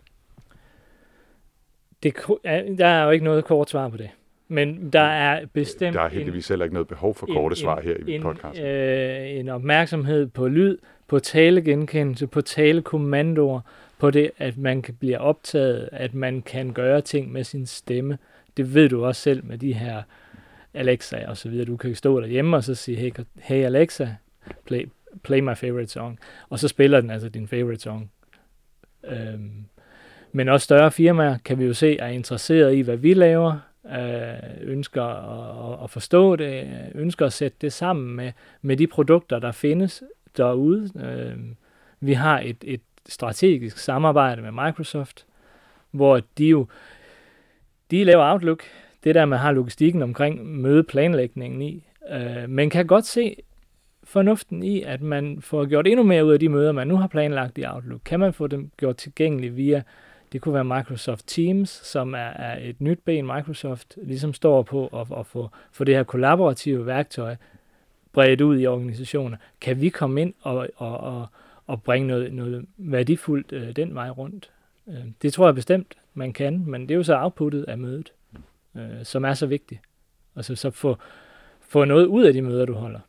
Det, der er jo ikke noget kort svar på det. Men der er bestemt... Der er heldigvis heller ikke noget behov for korte en, svar her i en, podcasten. Øh, en opmærksomhed på lyd, på talegenkendelse, på talekommandoer, på det, at man kan blive optaget, at man kan gøre ting med sin stemme. Det ved du også selv med de her Alexa og så videre. Du kan stå derhjemme og så sige, hey, hey Alexa, play, play my favorite song. Og så spiller den altså din favorite song. Øhm, men også større firmaer kan vi jo se er interesseret i, hvad vi laver, øh, ønsker at, at forstå det, ønsker at sætte det sammen med, med de produkter, der findes derude. Øh, vi har et, et strategisk samarbejde med Microsoft, hvor de jo de laver Outlook, det der man har logistikken omkring mødeplanlægningen i, øh, men kan godt se fornuften i, at man får gjort endnu mere ud af de møder, man nu har planlagt i Outlook. Kan man få dem gjort tilgængelige via, det kunne være Microsoft Teams, som er, er et nyt ben, Microsoft ligesom står på at, at få, få det her kollaborative værktøj bredt ud i organisationer. Kan vi komme ind og, og, og, og bringe noget, noget værdifuldt øh, den vej rundt? Øh, det tror jeg bestemt, man kan, men det er jo så outputtet af mødet, øh, som er så vigtigt. Altså så få, få noget ud af de møder, du holder.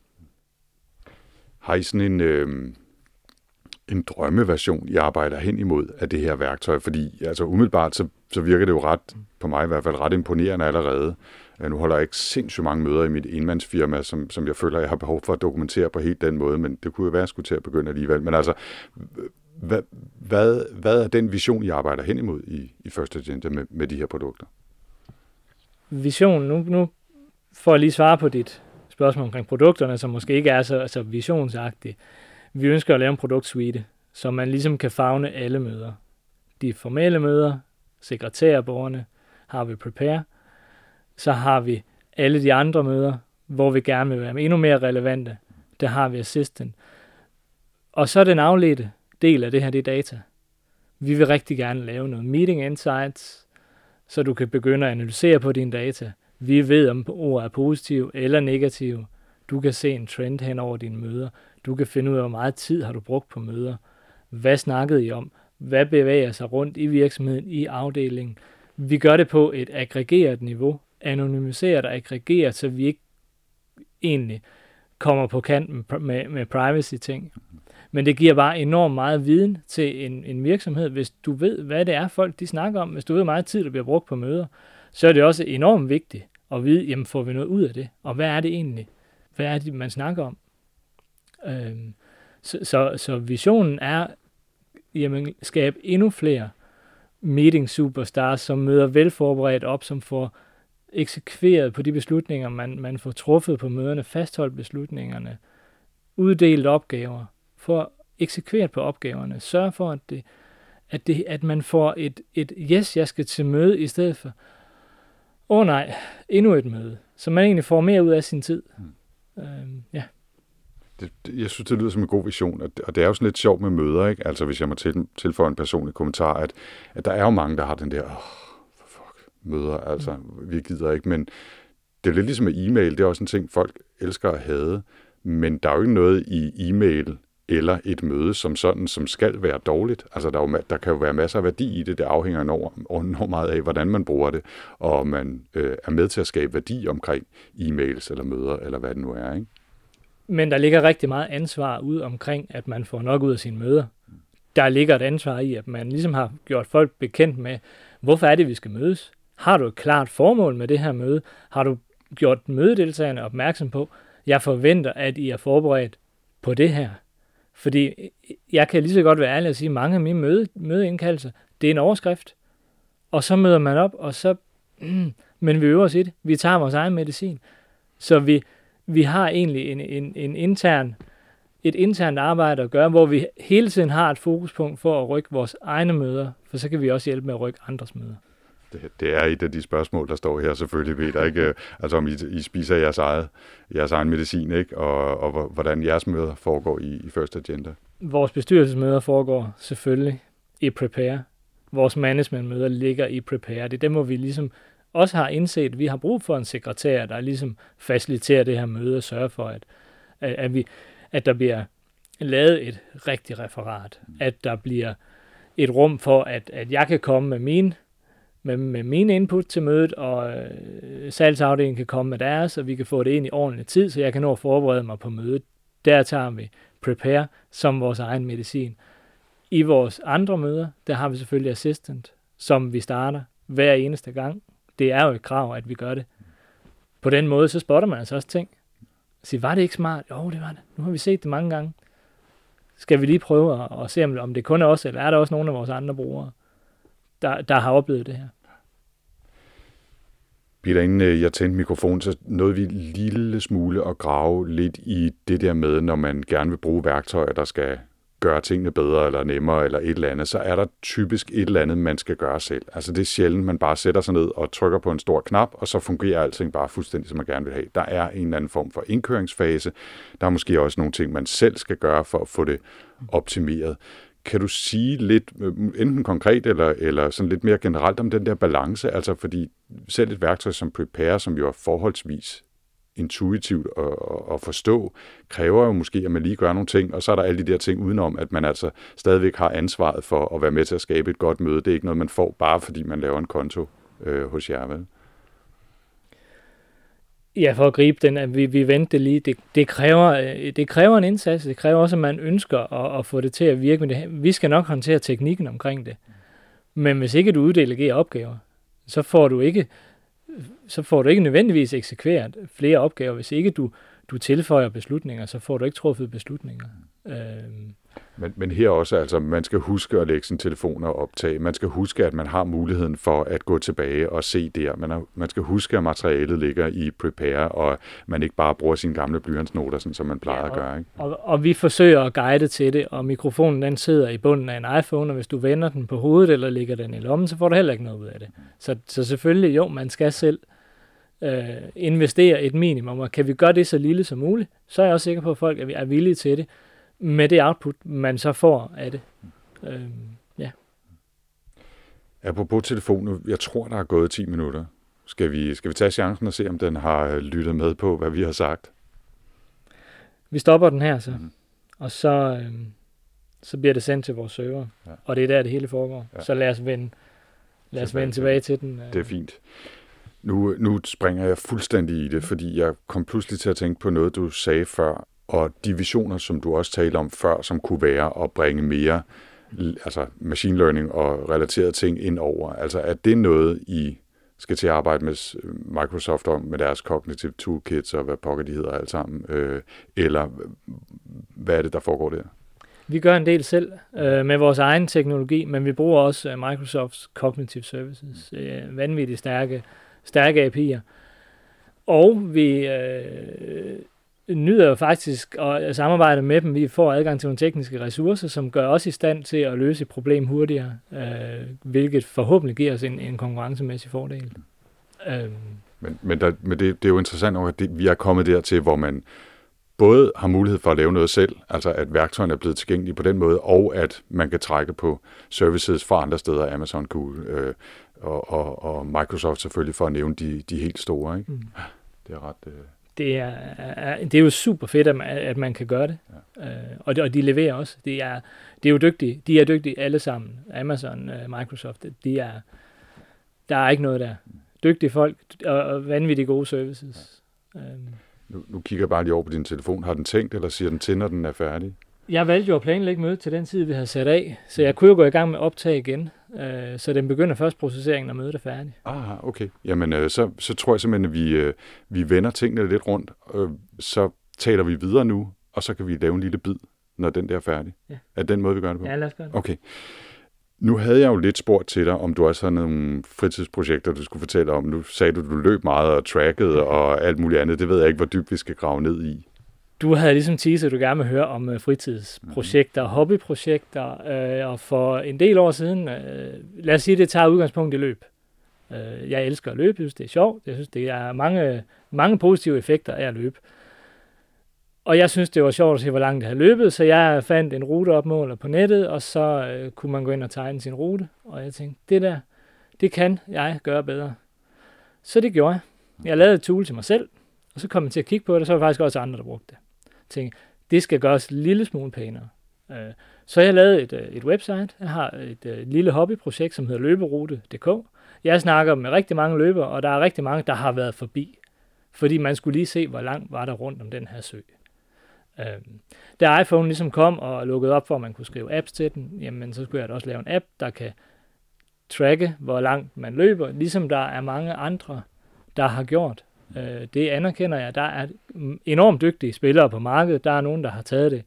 Har I sådan en, øh, en drømmeversion, I arbejder hen imod af det her værktøj? Fordi altså umiddelbart, så, så virker det jo ret, på mig i hvert fald, ret imponerende allerede. Nu holder jeg ikke sindssygt mange møder i mit enmandsfirma, som, som jeg føler, jeg har behov for at dokumentere på helt den måde, men det kunne jo være, at jeg skulle til at begynde alligevel. Men altså, hvad, hvad, hvad er den vision, I arbejder hen imod i, i First Agenda med, med de her produkter? Vision, nu, nu får jeg lige svare på dit spørgsmål omkring produkterne, som måske ikke er så, så visionsagtige. Vi ønsker at lave en produktsuite, så man ligesom kan favne alle møder. De formelle møder, sekretærborgerne, har vi Prepare. Så har vi alle de andre møder, hvor vi gerne vil være endnu mere relevante. Der har vi Assistant. Og så er den afledte del af det her, det er data. Vi vil rigtig gerne lave noget meeting insights, så du kan begynde at analysere på dine data. Vi ved, om ord er positive eller negative. Du kan se en trend hen over dine møder. Du kan finde ud af, hvor meget tid har du brugt på møder. Hvad snakkede I om? Hvad bevæger sig rundt i virksomheden, i afdelingen? Vi gør det på et aggregeret niveau. Anonymiseret og aggregeret, så vi ikke egentlig kommer på kant med, med, med privacy-ting. Men det giver bare enormt meget viden til en, en virksomhed. Hvis du ved, hvad det er, folk de snakker om, hvis du ved, hvor meget tid, der bliver brugt på møder, så er det også enormt vigtigt at vide, jamen får vi noget ud af det? Og hvad er det egentlig? Hvad er det, man snakker om? Øhm, så, så, så visionen er, jamen, skabe endnu flere meeting superstars, som møder velforberedt op, som får eksekveret på de beslutninger, man, man får truffet på møderne, fastholdt beslutningerne, uddelt opgaver, for eksekveret på opgaverne, sørge for, at, det, at, det, at man får et, et yes, jeg skal til møde, i stedet for, åh oh, nej, endnu et møde, så man egentlig får mere ud af sin tid. Mm. Øhm, ja. Det, det, jeg synes, det lyder som en god vision, og det, og det er jo sådan lidt sjovt med møder, ikke? Altså hvis jeg må til, tilføje en personlig kommentar, at, at der er jo mange, der har den der, åh, for fuck, møder, altså, mm. vi gider ikke, men det er lidt ligesom med e-mail, det er også en ting, folk elsker at hade, men der er jo ikke noget i e-mail eller et møde som sådan, som skal være dårligt. Altså der, er jo, der kan jo være masser af værdi i det, det afhænger enormt meget af, hvordan man bruger det, og man øh, er med til at skabe værdi omkring e-mails eller møder, eller hvad det nu er, ikke? Men der ligger rigtig meget ansvar ud omkring, at man får nok ud af sine møder. Der ligger et ansvar i, at man ligesom har gjort folk bekendt med, hvorfor er det, vi skal mødes? Har du et klart formål med det her møde? Har du gjort mødedeltagerne opmærksom på, jeg forventer, at I er forberedt på det her? Fordi jeg kan lige så godt være ærlig og sige, at mange af mine møde, mødeindkaldelser, det er en overskrift. Og så møder man op, og så, mm, men vi øver os i det. Vi tager vores egen medicin. Så vi, vi har egentlig en, en, en intern, et internt arbejde at gøre, hvor vi hele tiden har et fokuspunkt for at rykke vores egne møder, for så kan vi også hjælpe med at rykke andres møder. Det, det er et af de spørgsmål, der står her selvfølgelig, ved der ikke, altså om I, I spiser jeres, eget, jeres egen medicin, ikke? Og, og hvordan jeres møder foregår i, i First Agenda. Vores bestyrelsesmøder foregår selvfølgelig i Prepare. Vores managementmøder ligger i Prepare. Det er dem, hvor vi ligesom også har indset, at vi har brug for en sekretær, der ligesom faciliterer det her møde og sørger for, at, at, at, vi, at der bliver lavet et rigtigt referat. At der bliver et rum for, at, at jeg kan komme med mine Med, med mine input til mødet, og øh, salgsafdelingen kan komme med deres, og vi kan få det ind i ordentlig tid, så jeg kan nå at forberede mig på mødet. Der tager vi Prepare som vores egen medicin. I vores andre møder, der har vi selvfølgelig Assistant, som vi starter hver eneste gang. Det er jo et krav, at vi gør det. På den måde, så spotter man altså også ting. Så var det ikke smart? Jo, det var det. Nu har vi set det mange gange. Skal vi lige prøve at, at se, om det kun er os, eller er der også nogle af vores andre brugere, Der, der har oplevet det her. Peter, inden jeg tændte mikrofonen, så nåede vi en lille smule at grave lidt i det der med, når man gerne vil bruge værktøjer, der skal gøre tingene bedre eller nemmere eller et eller andet, så er der typisk et eller andet, man skal gøre selv. Altså det er sjældent, man bare sætter sig ned og trykker på en stor knap, og så fungerer alting bare fuldstændig, som man gerne vil have. Der er en eller anden form for indkøringsfase. Der er måske også nogle ting, man selv skal gøre for at få det optimeret. Kan du sige lidt, enten konkret eller, eller sådan lidt mere generelt om den der balance? Altså fordi selv et værktøj som Prepare, som jo er forholdsvis intuitivt at, at forstå, kræver jo måske, at man lige gør nogle ting, og så er der alle de der ting udenom, at man altså stadigvæk har ansvaret for at være med til at skabe et godt møde. Det er ikke noget, man får bare fordi man laver en konto øh, hos jer, vel? Ja, for at gribe den, at vi, vi venter lige, det, det, kræver, det kræver en indsats, det kræver også, at man ønsker at, at få det til at virke med det. Vi skal nok håndtere teknikken omkring det. Men hvis ikke du uddelegerer opgaver, så får du ikke, så får du ikke nødvendigvis eksekveret flere opgaver. Hvis ikke du, du tilføjer beslutninger, så får du ikke truffet beslutninger. Øhm. Men, men her også, altså, man skal huske at lægge sin telefon og optage. Man skal huske, at man har muligheden for at gå tilbage og se der. Man, er, man skal huske, at materialet ligger i Prepare, og man ikke bare bruger sine gamle blyantsnoter, sådan, som man plejer ja, og, at gøre. Ikke? Og, og vi forsøger at guide til det, og mikrofonen den sidder i bunden af en iPhone, og hvis du vender den på hovedet eller lægger den i lommen, så får du heller ikke noget ud af det. Så, så selvfølgelig, jo, man skal selv øh, investere et minimum, og kan vi gøre det så lille som muligt, så er jeg også sikker på, at folk er, er villige til det, med det output, man så får af det. Øhm, ja. Apropos telefonen, jeg tror, der er gået ti minutter. Skal vi, skal vi tage chancen og se, om den har lyttet med på, hvad vi har sagt? Vi stopper den her så, mm. og så, øhm, så bliver det sendt til vores server, ja. Og det er der, det hele foregår. Ja. Så lad os vende, lad os vende tilbage til den. Det er fint. Nu, nu springer jeg fuldstændig i det, fordi jeg kom pludselig til at tænke på noget, du sagde før, og de visioner, som du også talte om før, som kunne være at bringe mere altså machine learning og relaterede ting ind over. Altså er det noget, I skal til at arbejde med Microsoft om, med deres cognitive toolkits og hvad pokker de hedder alt sammen? Øh, eller hvad er det, der foregår der? Vi gør en del selv øh, med vores egen teknologi, men vi bruger også uh, Microsofts Cognitive Services, øh, vanvittigt stærke, stærke A P I'er. Og vi øh, nyder jo faktisk at samarbejde med dem. Vi får adgang til nogle tekniske ressourcer, som gør os i stand til at løse et problem hurtigere, øh, hvilket forhåbentlig giver os en, en konkurrencemæssig fordel. Øh. Men, men, der, men det, det er jo interessant nok, at det, vi er kommet dertil, hvor man både har mulighed for at lave noget selv, altså at værktøjerne er blevet tilgængelige på den måde, og at man kan trække på services fra andre steder, Amazon, Google øh, og, og, og Microsoft selvfølgelig, for at nævne de, de helt store. Ikke? Mm. Det er ret... Øh... Det er, er, det er jo super fedt, at man, at man kan gøre det, ja. øh, og, de, og de leverer også. Det er, det er jo dygtige. De er dygtige alle sammen. Amazon, øh, Microsoft, de er, der er ikke noget der. Dygtige folk og, og vanvittigt gode services. Ja. Um. Nu, nu kigger jeg bare lige over på din telefon. Har den tænkt, eller siger den til, når den er færdig? Jeg valgte jo at planlægge mødet til den tid, vi havde sat af, så jeg kunne jo gå i gang med optag igen. Øh, så den begynder først processeringen, når mødet er færdigt. Ah, okay. Jamen, øh, så, så tror jeg simpelthen, at vi, øh, vi vender tingene lidt rundt. Øh, så taler vi videre nu, og så kan vi lave en lille bid, når den der er færdig. Ja. Er den måde, vi gør det på? Ja, lad os gøre det. Okay. Nu havde jeg jo lidt spurgt til dig, om du også havde nogle fritidsprojekter, du skulle fortælle om. Nu sagde du, at du løb meget og trackede og alt muligt andet. Det ved jeg ikke, hvor dybt vi skal grave ned i. Du havde ligesom teaset, at du gerne vil høre om uh, fritidsprojekter, mm-hmm. hobbyprojekter, øh, og for en del år siden, øh, lad os sige, det tager udgangspunkt i løb. Øh, jeg elsker at løbe, jeg synes, det er sjovt, jeg synes, det er mange, mange positive effekter af at løbe. Og jeg synes, det var sjovt at se, hvor langt det havde løbet, så jeg fandt en ruteopmåler på nettet, og så øh, kunne man gå ind og tegne sin rute, og jeg tænkte, det der, det kan jeg gøre bedre. Så det gjorde jeg. Jeg lavede et tool til mig selv, og så kom jeg til at kigge på det, og så var der faktisk også andre, der brugte det. Jeg tænkte, det skal gøres en lille smule pænere. Så jeg lavede et, et website. Jeg har et, et lille hobbyprojekt, som hedder løberute punktum d k. Jeg snakker med rigtig mange løbere, og der er rigtig mange, der har været forbi, fordi man skulle lige se, hvor langt var der rundt om den her sø. Da iPhone ligesom kom og lukkede op for, at man kunne skrive apps til den, jamen så skulle jeg da også lave en app, der kan tracke, hvor langt man løber, ligesom der er mange andre, der har gjort. Det anerkender jeg. Der er enormt dygtige spillere på markedet. Der er nogen, der har taget det.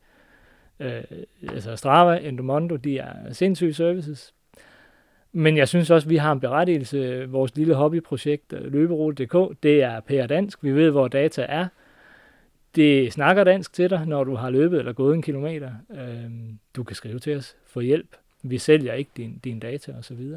Altså Strava, Endomondo, de er sindssyge services. Men jeg synes også, at vi har en berettigelse. Vores lille hobbyprojekt, løberute punktum d k, det er pære dansk. Vi ved, hvor data er. Det snakker dansk til dig, når du har løbet eller gået en kilometer. Du kan skrive til os for hjælp. Vi sælger ikke din, din data osv.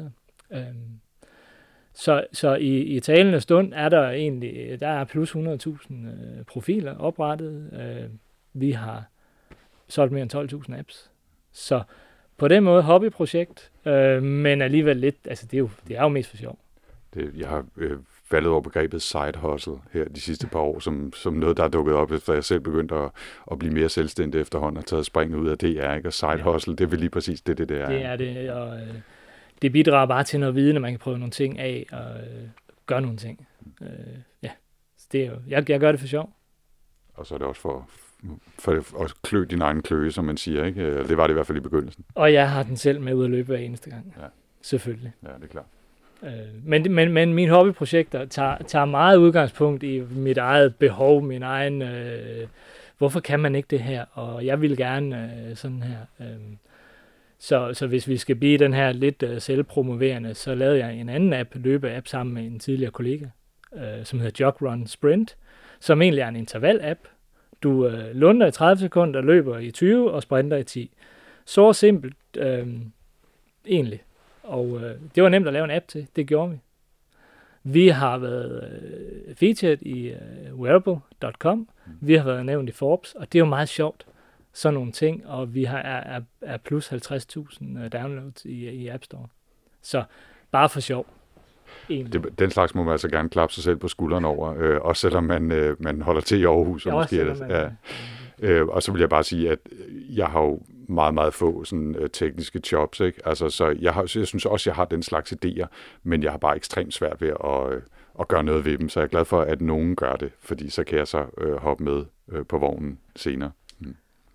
Så, så i, i talende stund er der egentlig, der er plus hundrede tusind øh, profiler oprettet. Øh, vi har solgt mere end tolv tusind apps. Så på den måde hobbyprojekt, øh, men alligevel lidt, altså det er jo, det er jo mest for sjov. Det, jeg har øh, faldet over begrebet side hustle her de sidste par år, som, som noget, der er dukket op, efter jeg selv begyndte at, at blive mere selvstændig efterhånden og taget springet ud af D R, ikke? Og side ja. hustle, det er vel lige præcis det, det, det er. Det er det, og øh, det bidrager bare til noget viden, at man kan prøve nogle ting af og øh, gøre nogle ting. Øh, ja, så det er jo, jeg, jeg gør det for sjov. Og så er det også for, for at klø din egen kløe, som man siger, ikke? Det var det i hvert fald i begyndelsen. Og jeg har den selv med ud at løbe hver eneste gang. Ja. Selvfølgelig. Ja, det er klart. Øh, men, men, men mine hobbyprojekter tager, tager meget udgangspunkt i mit eget behov, min egen, øh, hvorfor kan man ikke det her, og jeg vil gerne øh, sådan her. Øh, så, så hvis vi skal blive den her lidt øh, selvpromoverende, så lavede jeg en anden app, løbe-app, sammen med en tidligere kollega, øh, som hedder Jog Run Sprint, som egentlig er en interval-app. Du øh, lunder i tredive sekunder, løber i tyve og sprinter i ti. Så simpelt øh, egentlig. Og øh, det var nemt at lave en app til. Det gjorde vi. Vi har været øh, featured i øh, wearable punktum com. Vi har været nævnt i Forbes, og det er jo meget sjovt. Sådan nogle ting, og vi har er, er, er plus halvtreds tusind øh, downloads i, i App Store. Så bare for sjov. Det, den slags må man altså gerne klappe sig selv på skulderen over, øh, også selvom man, øh, man holder til i Aarhus. Og, måske, måske, man, ja. øh, og så vil jeg bare sige, at jeg har jo meget, meget få sådan, øh, tekniske jobs, ikke? Altså, så jeg, har, så jeg synes også, jeg har den slags idéer, men jeg har bare ekstremt svært ved at, øh, at gøre noget ved dem, så jeg er glad for, at nogen gør det, fordi så kan jeg så øh, hoppe med øh, på vognen senere. Hmm.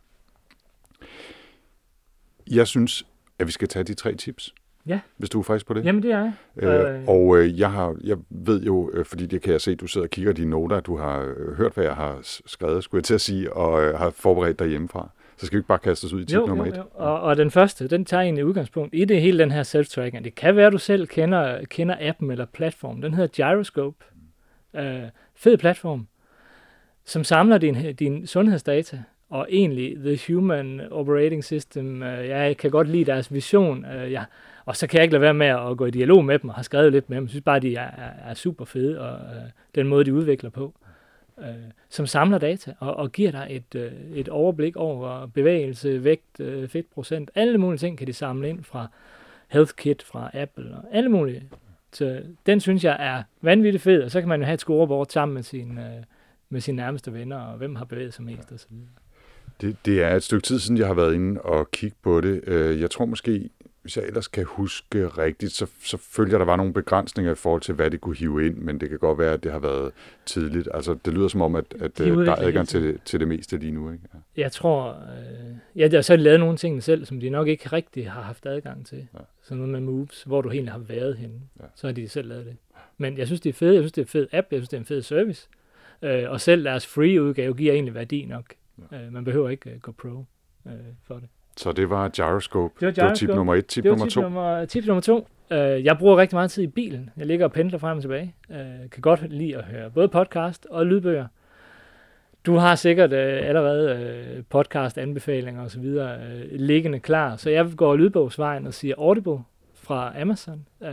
Jeg synes, at vi skal tage de tre tips. Ja. Hvis du er frisk på det. Jamen, det er jeg. Øh, og øh, jeg, har, jeg ved jo, øh, fordi det kan jeg se, at du sidder og kigger dine noter, at du har øh, hørt, hvad jeg har skrevet, skulle jeg til at sige, og øh, har forberedt dig hjemmefra. Så skal vi ikke bare kaste os ud i tip jo, nummer jo, et. Jo. Og, og den første, den tager egentlig udgangspunkt i det hele den her self-tracking. Det kan være, at du selv kender, kender appen eller platformen. Den hedder Gyroscope. Øh, fed platform, som samler din, din sundhedsdata. Og egentlig The Human Operating System, øh, jeg kan godt lide deres vision. Øh, ja. Og så kan jeg ikke lade være med at gå i dialog med dem, og har skrevet lidt med dem. Jeg synes bare, de er, er, er super fede, og øh, den måde, de udvikler på. Øh, som samler data, og, og giver dig et, øh, et overblik over bevægelse, vægt, øh, fedtprocent. Alle mulige ting kan de samle ind fra HealthKit, fra Apple, og alle mulige. Så den synes jeg er vanvittigt fed, og så kan man jo have et scoreboard sammen med, sin, øh, med sine nærmeste venner, og hvem har bevæget sig mest, og så videre. Det, det er et stykke tid siden, jeg har været inde og kigge på det. Jeg tror måske, hvis jeg ellers kan huske rigtigt, så, så følger jeg, der var nogle begrænsninger i forhold til, hvad det kunne hive ind, men det kan godt være, at det har været tidligt. Altså, det lyder som om, at, at de der er adgang til det, til det meste lige nu, ikke? Ja. Jeg tror, øh, ja, der er så lavet nogle ting selv, som de nok ikke rigtig har haft adgang til. Ja. Sådan noget med Moves, hvor du egentlig har været henne. Ja. Så har de selv lavet det. Men jeg synes, det er fedt. Jeg synes, det er en fed app. Jeg synes, det er en fed service. Øh, og selv deres free-udgave giver egentlig værdi nok. Ja. Øh, man behøver ikke uh, gå pro øh, for det. Så det var Gyroscope. Det var, det var tip nummer et. Tip nummer tip to. Nummer, tip nummer to. Uh, jeg bruger rigtig meget tid i bilen. Jeg ligger og pendler frem og tilbage. Uh, kan godt lide at høre både podcast og lydbøger. Du har sikkert uh, allerede uh, podcast-anbefalinger og så videre uh, liggende klar. Så jeg går lydbogsvejen og siger Audible fra Amazon. Uh,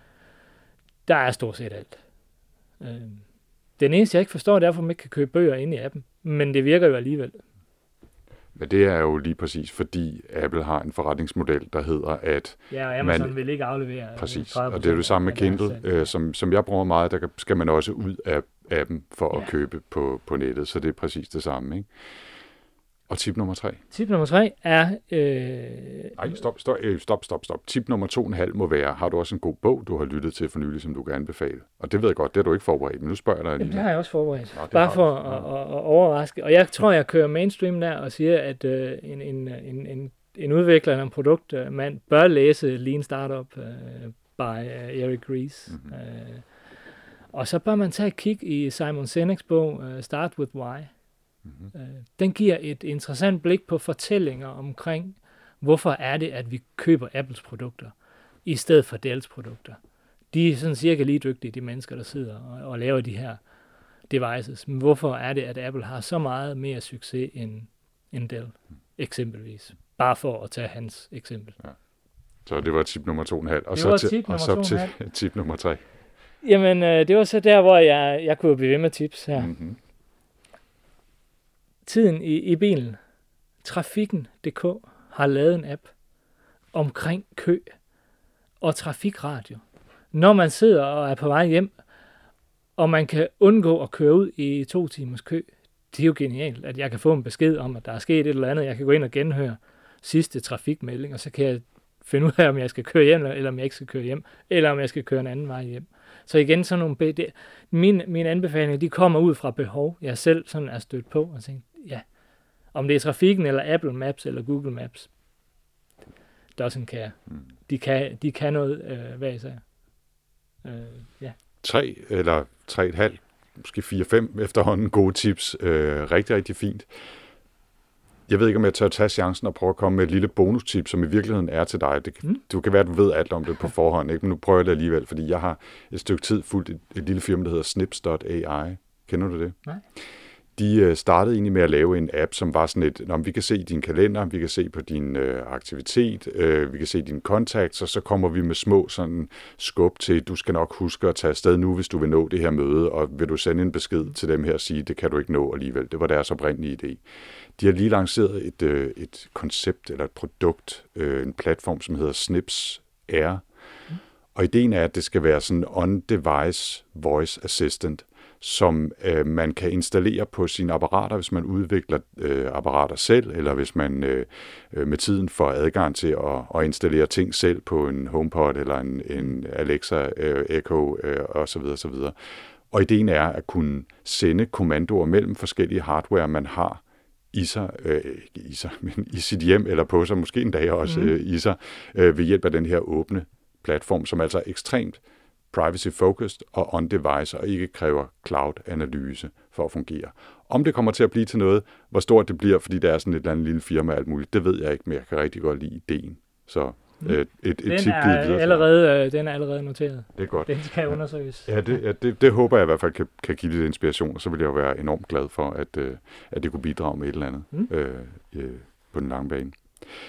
der er stort set alt. Uh, den eneste, jeg ikke forstår, det er, at man ikke kan købe bøger inde i appen. Men det virker jo alligevel. Men det er jo lige præcis, fordi Apple har en forretningsmodel, der hedder, at ja, og Amazon man, vil ikke aflevere præcis, og det er jo det samme med Kindle, øh, som, som jeg bruger meget, der skal man også ud af appen for ja. at købe på, på nettet, så det er præcis det samme, ikke? Og tip nummer tre? Tip nummer tre er... Øh... Nej, stop, stop, stop, stop, stop. Tip nummer to og en halv må være, har du også en god bog, du har lyttet til for nylig, som du kan anbefale? Og det ved jeg godt, det har du ikke forberedt, men nu spørger jeg dig alligevel. Det har jeg også forberedt. Nå, bare for ja. at, at, at overraske. Og jeg tror, jeg kører mainstream der og siger, at øh, en, en, en, en, en udvikler af en produkt, øh, man bør læse Lean Startup øh, by uh, Eric Ries. Mm-hmm. Øh, og så bør man tage et kig i Simon Sinek's bog, uh, Start with Why. Mm-hmm. Den giver et interessant blik på fortællinger omkring, hvorfor er det, at vi køber Apples produkter, i stedet for Dells produkter. De er sådan cirka lige dygtige, de mennesker, der sidder og, og laver de her devices. Men hvorfor er det, at Apple har så meget mere succes end, end Dell, eksempelvis? Bare for at tage hans eksempel. Ja. Så det var tip nummer to og en halv. Og det så, til, tip og så til tip nummer tre. Jamen, øh, det var så der, hvor jeg, jeg kunne blive ved med tips her. Mm-hmm. Tiden i, i bilen. Trafikken punktum d k har lavet en app omkring kø og trafikradio. Når man sidder og er på vej hjem, og man kan undgå at køre ud i to timers kø. Det er jo genialt, at jeg kan få en besked om, at der er sket et eller andet. Jeg kan gå ind og genhøre sidste trafikmelding, og så kan jeg finde ud af, om jeg skal køre hjem, eller om jeg ikke skal køre hjem, eller om jeg skal køre en anden vej hjem. Så igen, sådan nogle be- det, mine, mine anbefalinger, de kommer ud fra behov, jeg selv sådan er stødt på, og tænkt, ja, om det er trafikken, eller Apple Maps, eller Google Maps, doesn't care. De kan, de kan noget øh, hver især. Øh, ja. Tre eller tre et halvt, måske fire fem efterhånden gode tips. Øh, rigtig, rigtig fint. Jeg ved ikke, om jeg tør tage chancen og prøve at komme med et lille bonustip, som i virkeligheden er til dig. Det, mm. Du kan være, at du ved alt om det på forhånd, ikke? Men nu prøver jeg det alligevel, fordi jeg har et stykke tid fulgt et, et lille firma, der hedder Snips punktum A I. Kender du det? Nej. De startede egentlig med at lave en app, som var sådan et, når vi kan se din kalender, vi kan se på din øh, aktivitet, øh, vi kan se dine contacts, og så kommer vi med små sådan skub til, du skal nok huske at tage afsted nu, hvis du vil nå det her møde, og vil du sende en besked til dem her og sige, det kan du ikke nå alligevel. Det var deres oprindelige idé. De har lige lanceret et, øh, et koncept eller et produkt, øh, en platform, som hedder Snips Air, mm. og ideen er, at det skal være sådan en on-device voice assistant, som øh, man kan installere på sine apparater, hvis man udvikler øh, apparater selv, eller hvis man øh, med tiden får adgang til at, at installere ting selv på en HomePod, eller en, en Alexa, øh, Echo, øh, osv. osv. Og ideen er at kunne sende kommandoer mellem forskellige hardware, man har i sig, øh, ikke i sig, men i sit hjem, eller på sig, måske en dag også mm. øh, i sig, øh, ved hjælp af den her åbne platform, som altså er ekstremt privacy-focused og on-device, og ikke kræver cloud-analyse for at fungere. Om det kommer til at blive til noget, hvor stort det bliver, fordi det er sådan et eller andet lille firma og alt muligt, det ved jeg ikke, men jeg kan rigtig godt lide ideen. Så øh, et, et den tip er videre. Allerede, øh, den er allerede noteret. Det er godt. Den kan undersøges. Ja, det, ja det, det håber jeg i hvert fald kan, kan give lidt inspiration, og så vil jeg jo være enormt glad for, at, øh, at det kunne bidrage med et eller andet mm. øh, øh, på den lange bane.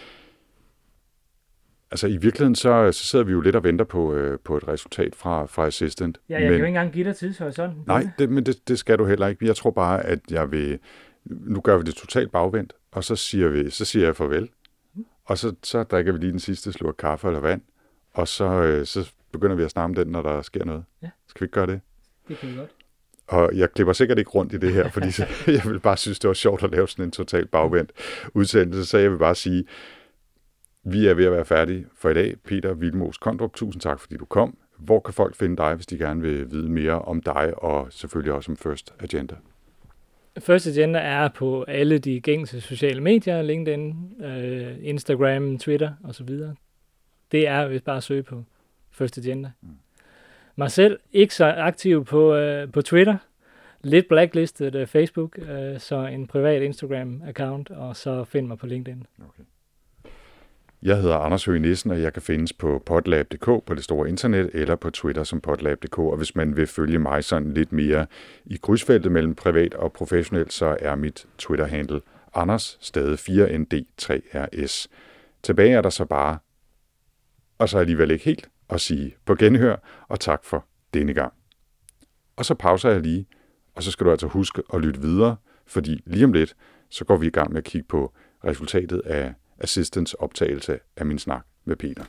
Altså i virkeligheden, så, så sidder vi jo lidt og venter på, øh, på et resultat fra, fra Assistant. Ja, jeg men, kan jo ikke engang give dig tidshorisonten. Nej, det, men det, det skal du heller ikke. Jeg tror bare, at jeg vil... Nu gør vi det totalt bagvendt, og så siger, vi, så siger jeg farvel. Mm. Og så, så drikker vi lige den sidste slurk kaffe eller vand, og så, øh, så begynder vi at snakke om den, når der sker noget. Ja. Skal vi ikke gøre det? Det kan vi godt. Og jeg klipper sikkert ikke rundt i det her, fordi så, jeg vil bare synes, det var sjovt at lave sådan en totalt bagvendt udsendelse, så jeg vil bare sige... Vi er ved at være færdige for i dag. Peter Vilmos Kondrup, tusind tak, fordi du kom. Hvor kan folk finde dig, hvis de gerne vil vide mere om dig, og selvfølgelig også om First Agenda? First Agenda er på alle de gængse sociale medier, LinkedIn, øh, Instagram, Twitter osv. Det er, hvis bare at søge på First Agenda. Mm. Mig selv, ikke så aktiv på, øh, på Twitter, lidt blacklistet øh, Facebook, øh, så en privat Instagram-account, og så find mig på LinkedIn. Okay. Jeg hedder Anders Høgh Nissen, og jeg kan findes på podlab punktum d k på det store internet, eller på Twitter som podlab punktum d k. Og hvis man vil følge mig sådan lidt mere i krydsfeltet mellem privat og professionelt, så er mit Twitter-handle Anders, stadig fire N D tre R S. Tilbage er der så bare, og så alligevel ikke helt, at sige på genhør, og tak for denne gang. Og så pauser jeg lige, og så skal du altså huske at lytte videre, fordi lige om lidt, så går vi i gang med at kigge på resultatet af Assistants optagelse af min snak med Peter.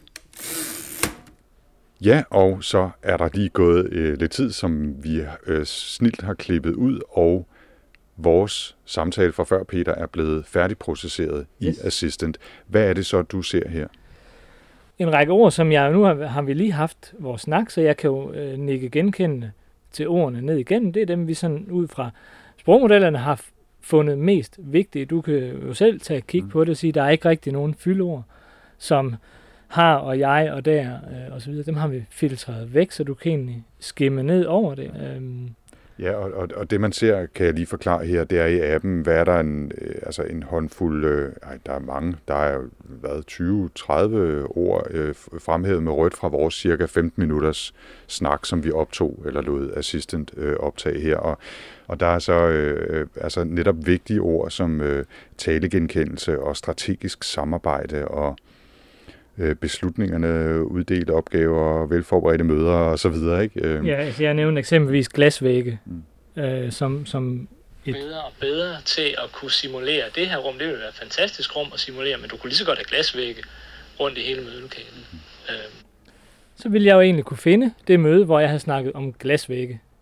Ja, og så er der lige gået øh, lidt tid, som vi øh, snilt har klippet ud, og vores samtale fra før, Peter, er blevet færdigprocesseret yes. i Assistant. Hvad er det så, du ser her? En række ord, som jeg nu har, har vi lige haft vores snak, så jeg kan jo øh, nikke genkendende til ordene ned igennem. Det er dem, vi sådan ud fra sprogmodellerne har fundet mest vigtige. Du kan jo selv tage et kig mm. på det og sige, at der er ikke rigtig nogen fyldord, som har og jeg og der øh, og så videre. Dem har vi filtreret væk, så du kan egentlig skimme ned over det. Øhm. Ja, og, og, og det man ser, kan jeg lige forklare her, det er i appen, hvad er der en, øh, altså en håndfuld, øh, ej, der er mange, der er jo været tyve til tredive ord øh, fremhævet med rødt fra vores cirka femten minutters snak, som vi optog, eller lod Assistant øh, optage her, og Og der er så øh, altså netop vigtige ord som øh, talegenkendelse og strategisk samarbejde og øh, beslutningerne, uddelte opgaver, velforberedte møder og så videre, ikke? Øh. Ja, altså jeg nævnte eksempelvis glasvægge, mm. øh, som, som et... Bedre og bedre til at kunne simulere det her rum. Det vil være et fantastisk rum at simulere, men du kunne lige så godt have glasvægge rundt i hele mødelokalet. Mm. Øh. Så ville jeg jo egentlig kunne finde det møde, hvor jeg havde snakket om glasvægge.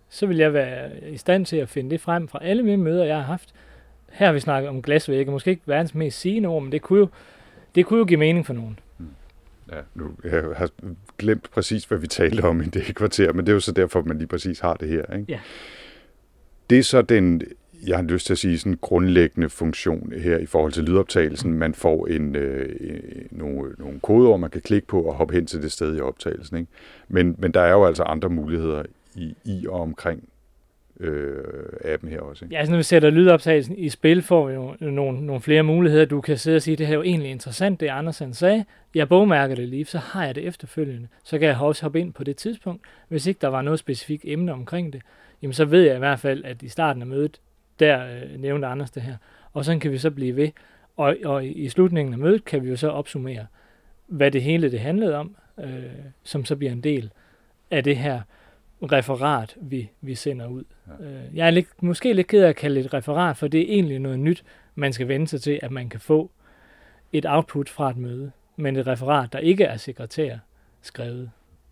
så vil jeg være i stand til at finde det frem fra alle mine møder, jeg har haft. Her har vi snakket om glasvægge, måske ikke verdens mest sigende ord, men det kunne jo, det kunne jo give mening for nogen. Ja, nu jeg har glemt præcis, hvad vi talte om i det kvarter, men det er jo så derfor, at man lige præcis har det her. Ikke? Ja. Det er så den, jeg har lyst til at sige, sådan grundlæggende funktion her i forhold til lydoptagelsen. Man får en, øh, nogle, nogle kodeord, man kan klikke på og hoppe hen til det sted i optagelsen. Ikke? Men, men der er jo altså andre muligheder i, i og omkring øh, appen her også. Ikke? Ja, altså når vi sætter lydoptagelsen i spil, får vi jo nogle, nogle flere muligheder. Du kan sidde og sige, det her er jo egentlig interessant, det Andersen sagde. Jeg bogmærker det lige, så har jeg det efterfølgende. Så kan jeg også hoppe ind på det tidspunkt. Hvis ikke der var noget specifikt emne omkring det, jamen så ved jeg i hvert fald, at i starten af mødet, der øh, nævnte Anders det her. Og så kan vi så blive ved. Og, og i slutningen af mødet kan vi jo så opsummere, hvad det hele det handlede om, øh, som så bliver en del af det her referat, vi, vi sender ud. Ja. Øh, jeg er lidt, måske lidt ked af at kalde det et referat, for det er egentlig noget nyt, man skal vende sig til, at man kan få et output fra et møde, men et referat, der ikke er sekretær skrevet.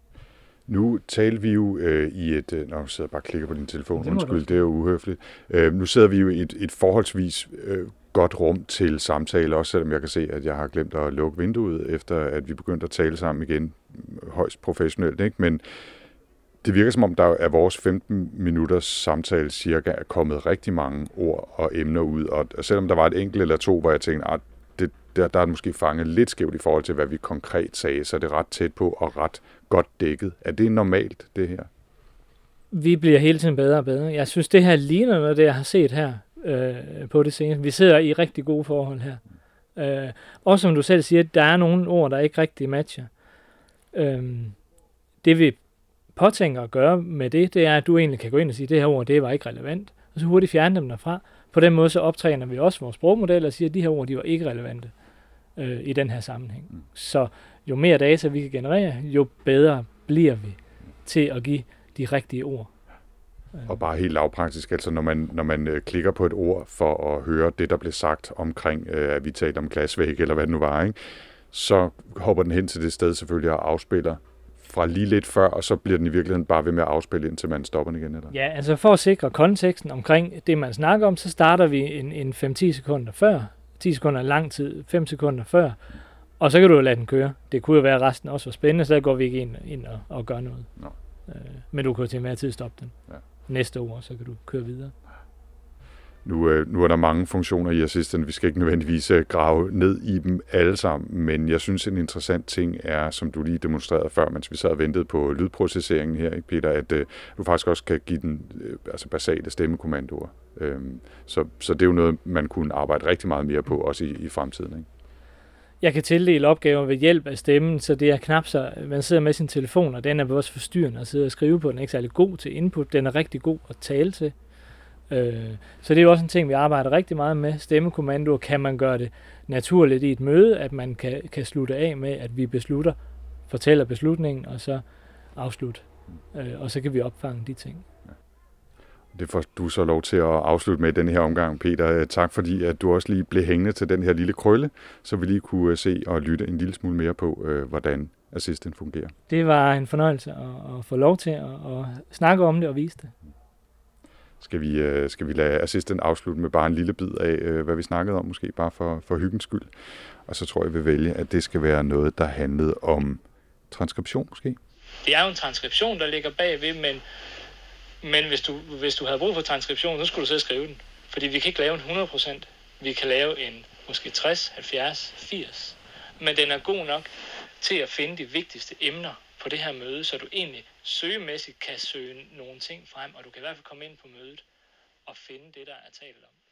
Nu taler vi jo øh, i et... Øh, nå, du sidder bare og klikker på din telefon. Undskyld, det er jo uhøfligt. Øh, nu sidder vi jo i et, et forholdsvis øh, godt rum til samtale, også selvom jeg kan se, at jeg har glemt at lukke vinduet, efter at vi begyndte at tale sammen igen, højst professionelt, ikke? Men det virker som om, der er vores femten minutters samtale cirka er kommet rigtig mange ord og emner ud, og, og selvom der var et enkelt eller to, hvor jeg tænkte, at det, der, der er det måske fanget lidt skævt i forhold til, hvad vi konkret sagde, så er det ret tæt på og ret godt dækket. Er det normalt, det her? Vi bliver hele tiden bedre og bedre. Jeg synes, det her ligner noget af det, jeg har set her øh, på det seneste. Vi sidder i rigtig gode forhold her. Øh, også som du selv siger, der er nogle ord, der ikke rigtig matcher. Øh, det vi påtænker at gøre med det, det er, at du egentlig kan gå ind og sige, at det her ord, det var ikke relevant, og så hurtigt fjerne dem derfra. På den måde så optræner vi også vores sprogmodel og siger, at de her ord, de var ikke relevante øh, i den her sammenhæng. Mm. Så jo mere data vi kan generere, jo bedre bliver vi til at give de rigtige ord. Og bare helt lavpraktisk, altså når man, når man øh, klikker på et ord for at høre det, der blev sagt omkring, øh, at vi talte om glasvæg eller hvad det nu var, ikke? Så hopper den hen til det sted selvfølgelig og afspiller fra lige lidt før, og så bliver den i virkeligheden bare ved med at afspille, indtil man stopper den igen? Eller? Ja, altså for at sikre konteksten omkring det, man snakker om, så starter vi en, en fem til ti sekunder før. ti sekunder er lang tid, fem sekunder før. Og så kan du jo lade den køre. Det kunne jo være, at resten også var spændende, så der går vi ikke ind, ind og, og gør noget. Nå. Øh, men du kan jo til enhver tid stoppe den. Ja. Næste ord, så kan du køre videre. Nu, øh, nu er der mange funktioner i Assistant. Vi skal ikke nødvendigvis øh, grave ned i dem alle sammen, men jeg synes, en interessant ting er, som du lige demonstrerede før, mens vi sad og ventede på lydprocesseringen her, ikke, Peter, at øh, du faktisk også kan give den øh, altså basale stemmekommandoer. Øhm, så, så det er jo noget, man kunne arbejde rigtig meget mere på, også i, i fremtiden. Ikke? Jeg kan tildele opgaver ved hjælp af stemmen, så det er knap så, man sidder med sin telefon, og den er også forstyrrende at sidde og skrive på. Den er ikke særlig god til input, den er rigtig god at tale til. Så det er jo også en ting, vi arbejder rigtig meget med. Stemmekommandoer, kan man gøre det naturligt i et møde, at man kan, kan slutte af med, at vi beslutter, fortæller beslutningen, og så afslutte. Og så kan vi opfange de ting. Det får du så lov til at afslutte med i denne her omgang, Peter. Tak fordi, at du også lige blev hængende til den her lille krølle, så vi lige kunne se og lytte en lille smule mere på, hvordan Assistant fungerer. Det var en fornøjelse at, at få lov til at, at snakke om det og vise det. Skal vi, skal vi lade Assistant afslutte med bare en lille bid af, hvad vi snakkede om, måske bare for, for hyggens skyld. Og så tror jeg, vi vil vælge, at det skal være noget, der handlede om transkription, måske. Det er jo en transkription, der ligger bagved, men, men hvis, du, hvis du havde brug for transkription, så skulle du så skrive den. Fordi vi kan ikke lave en hundrede procent. Vi kan lave en måske tres, halvfjerds, firs. Men den er god nok til at finde de vigtigste emner på det her møde, så du egentlig søgemæssigt kan søge nogle ting frem, og du kan i hvert fald komme ind på mødet og finde det, der er talt om.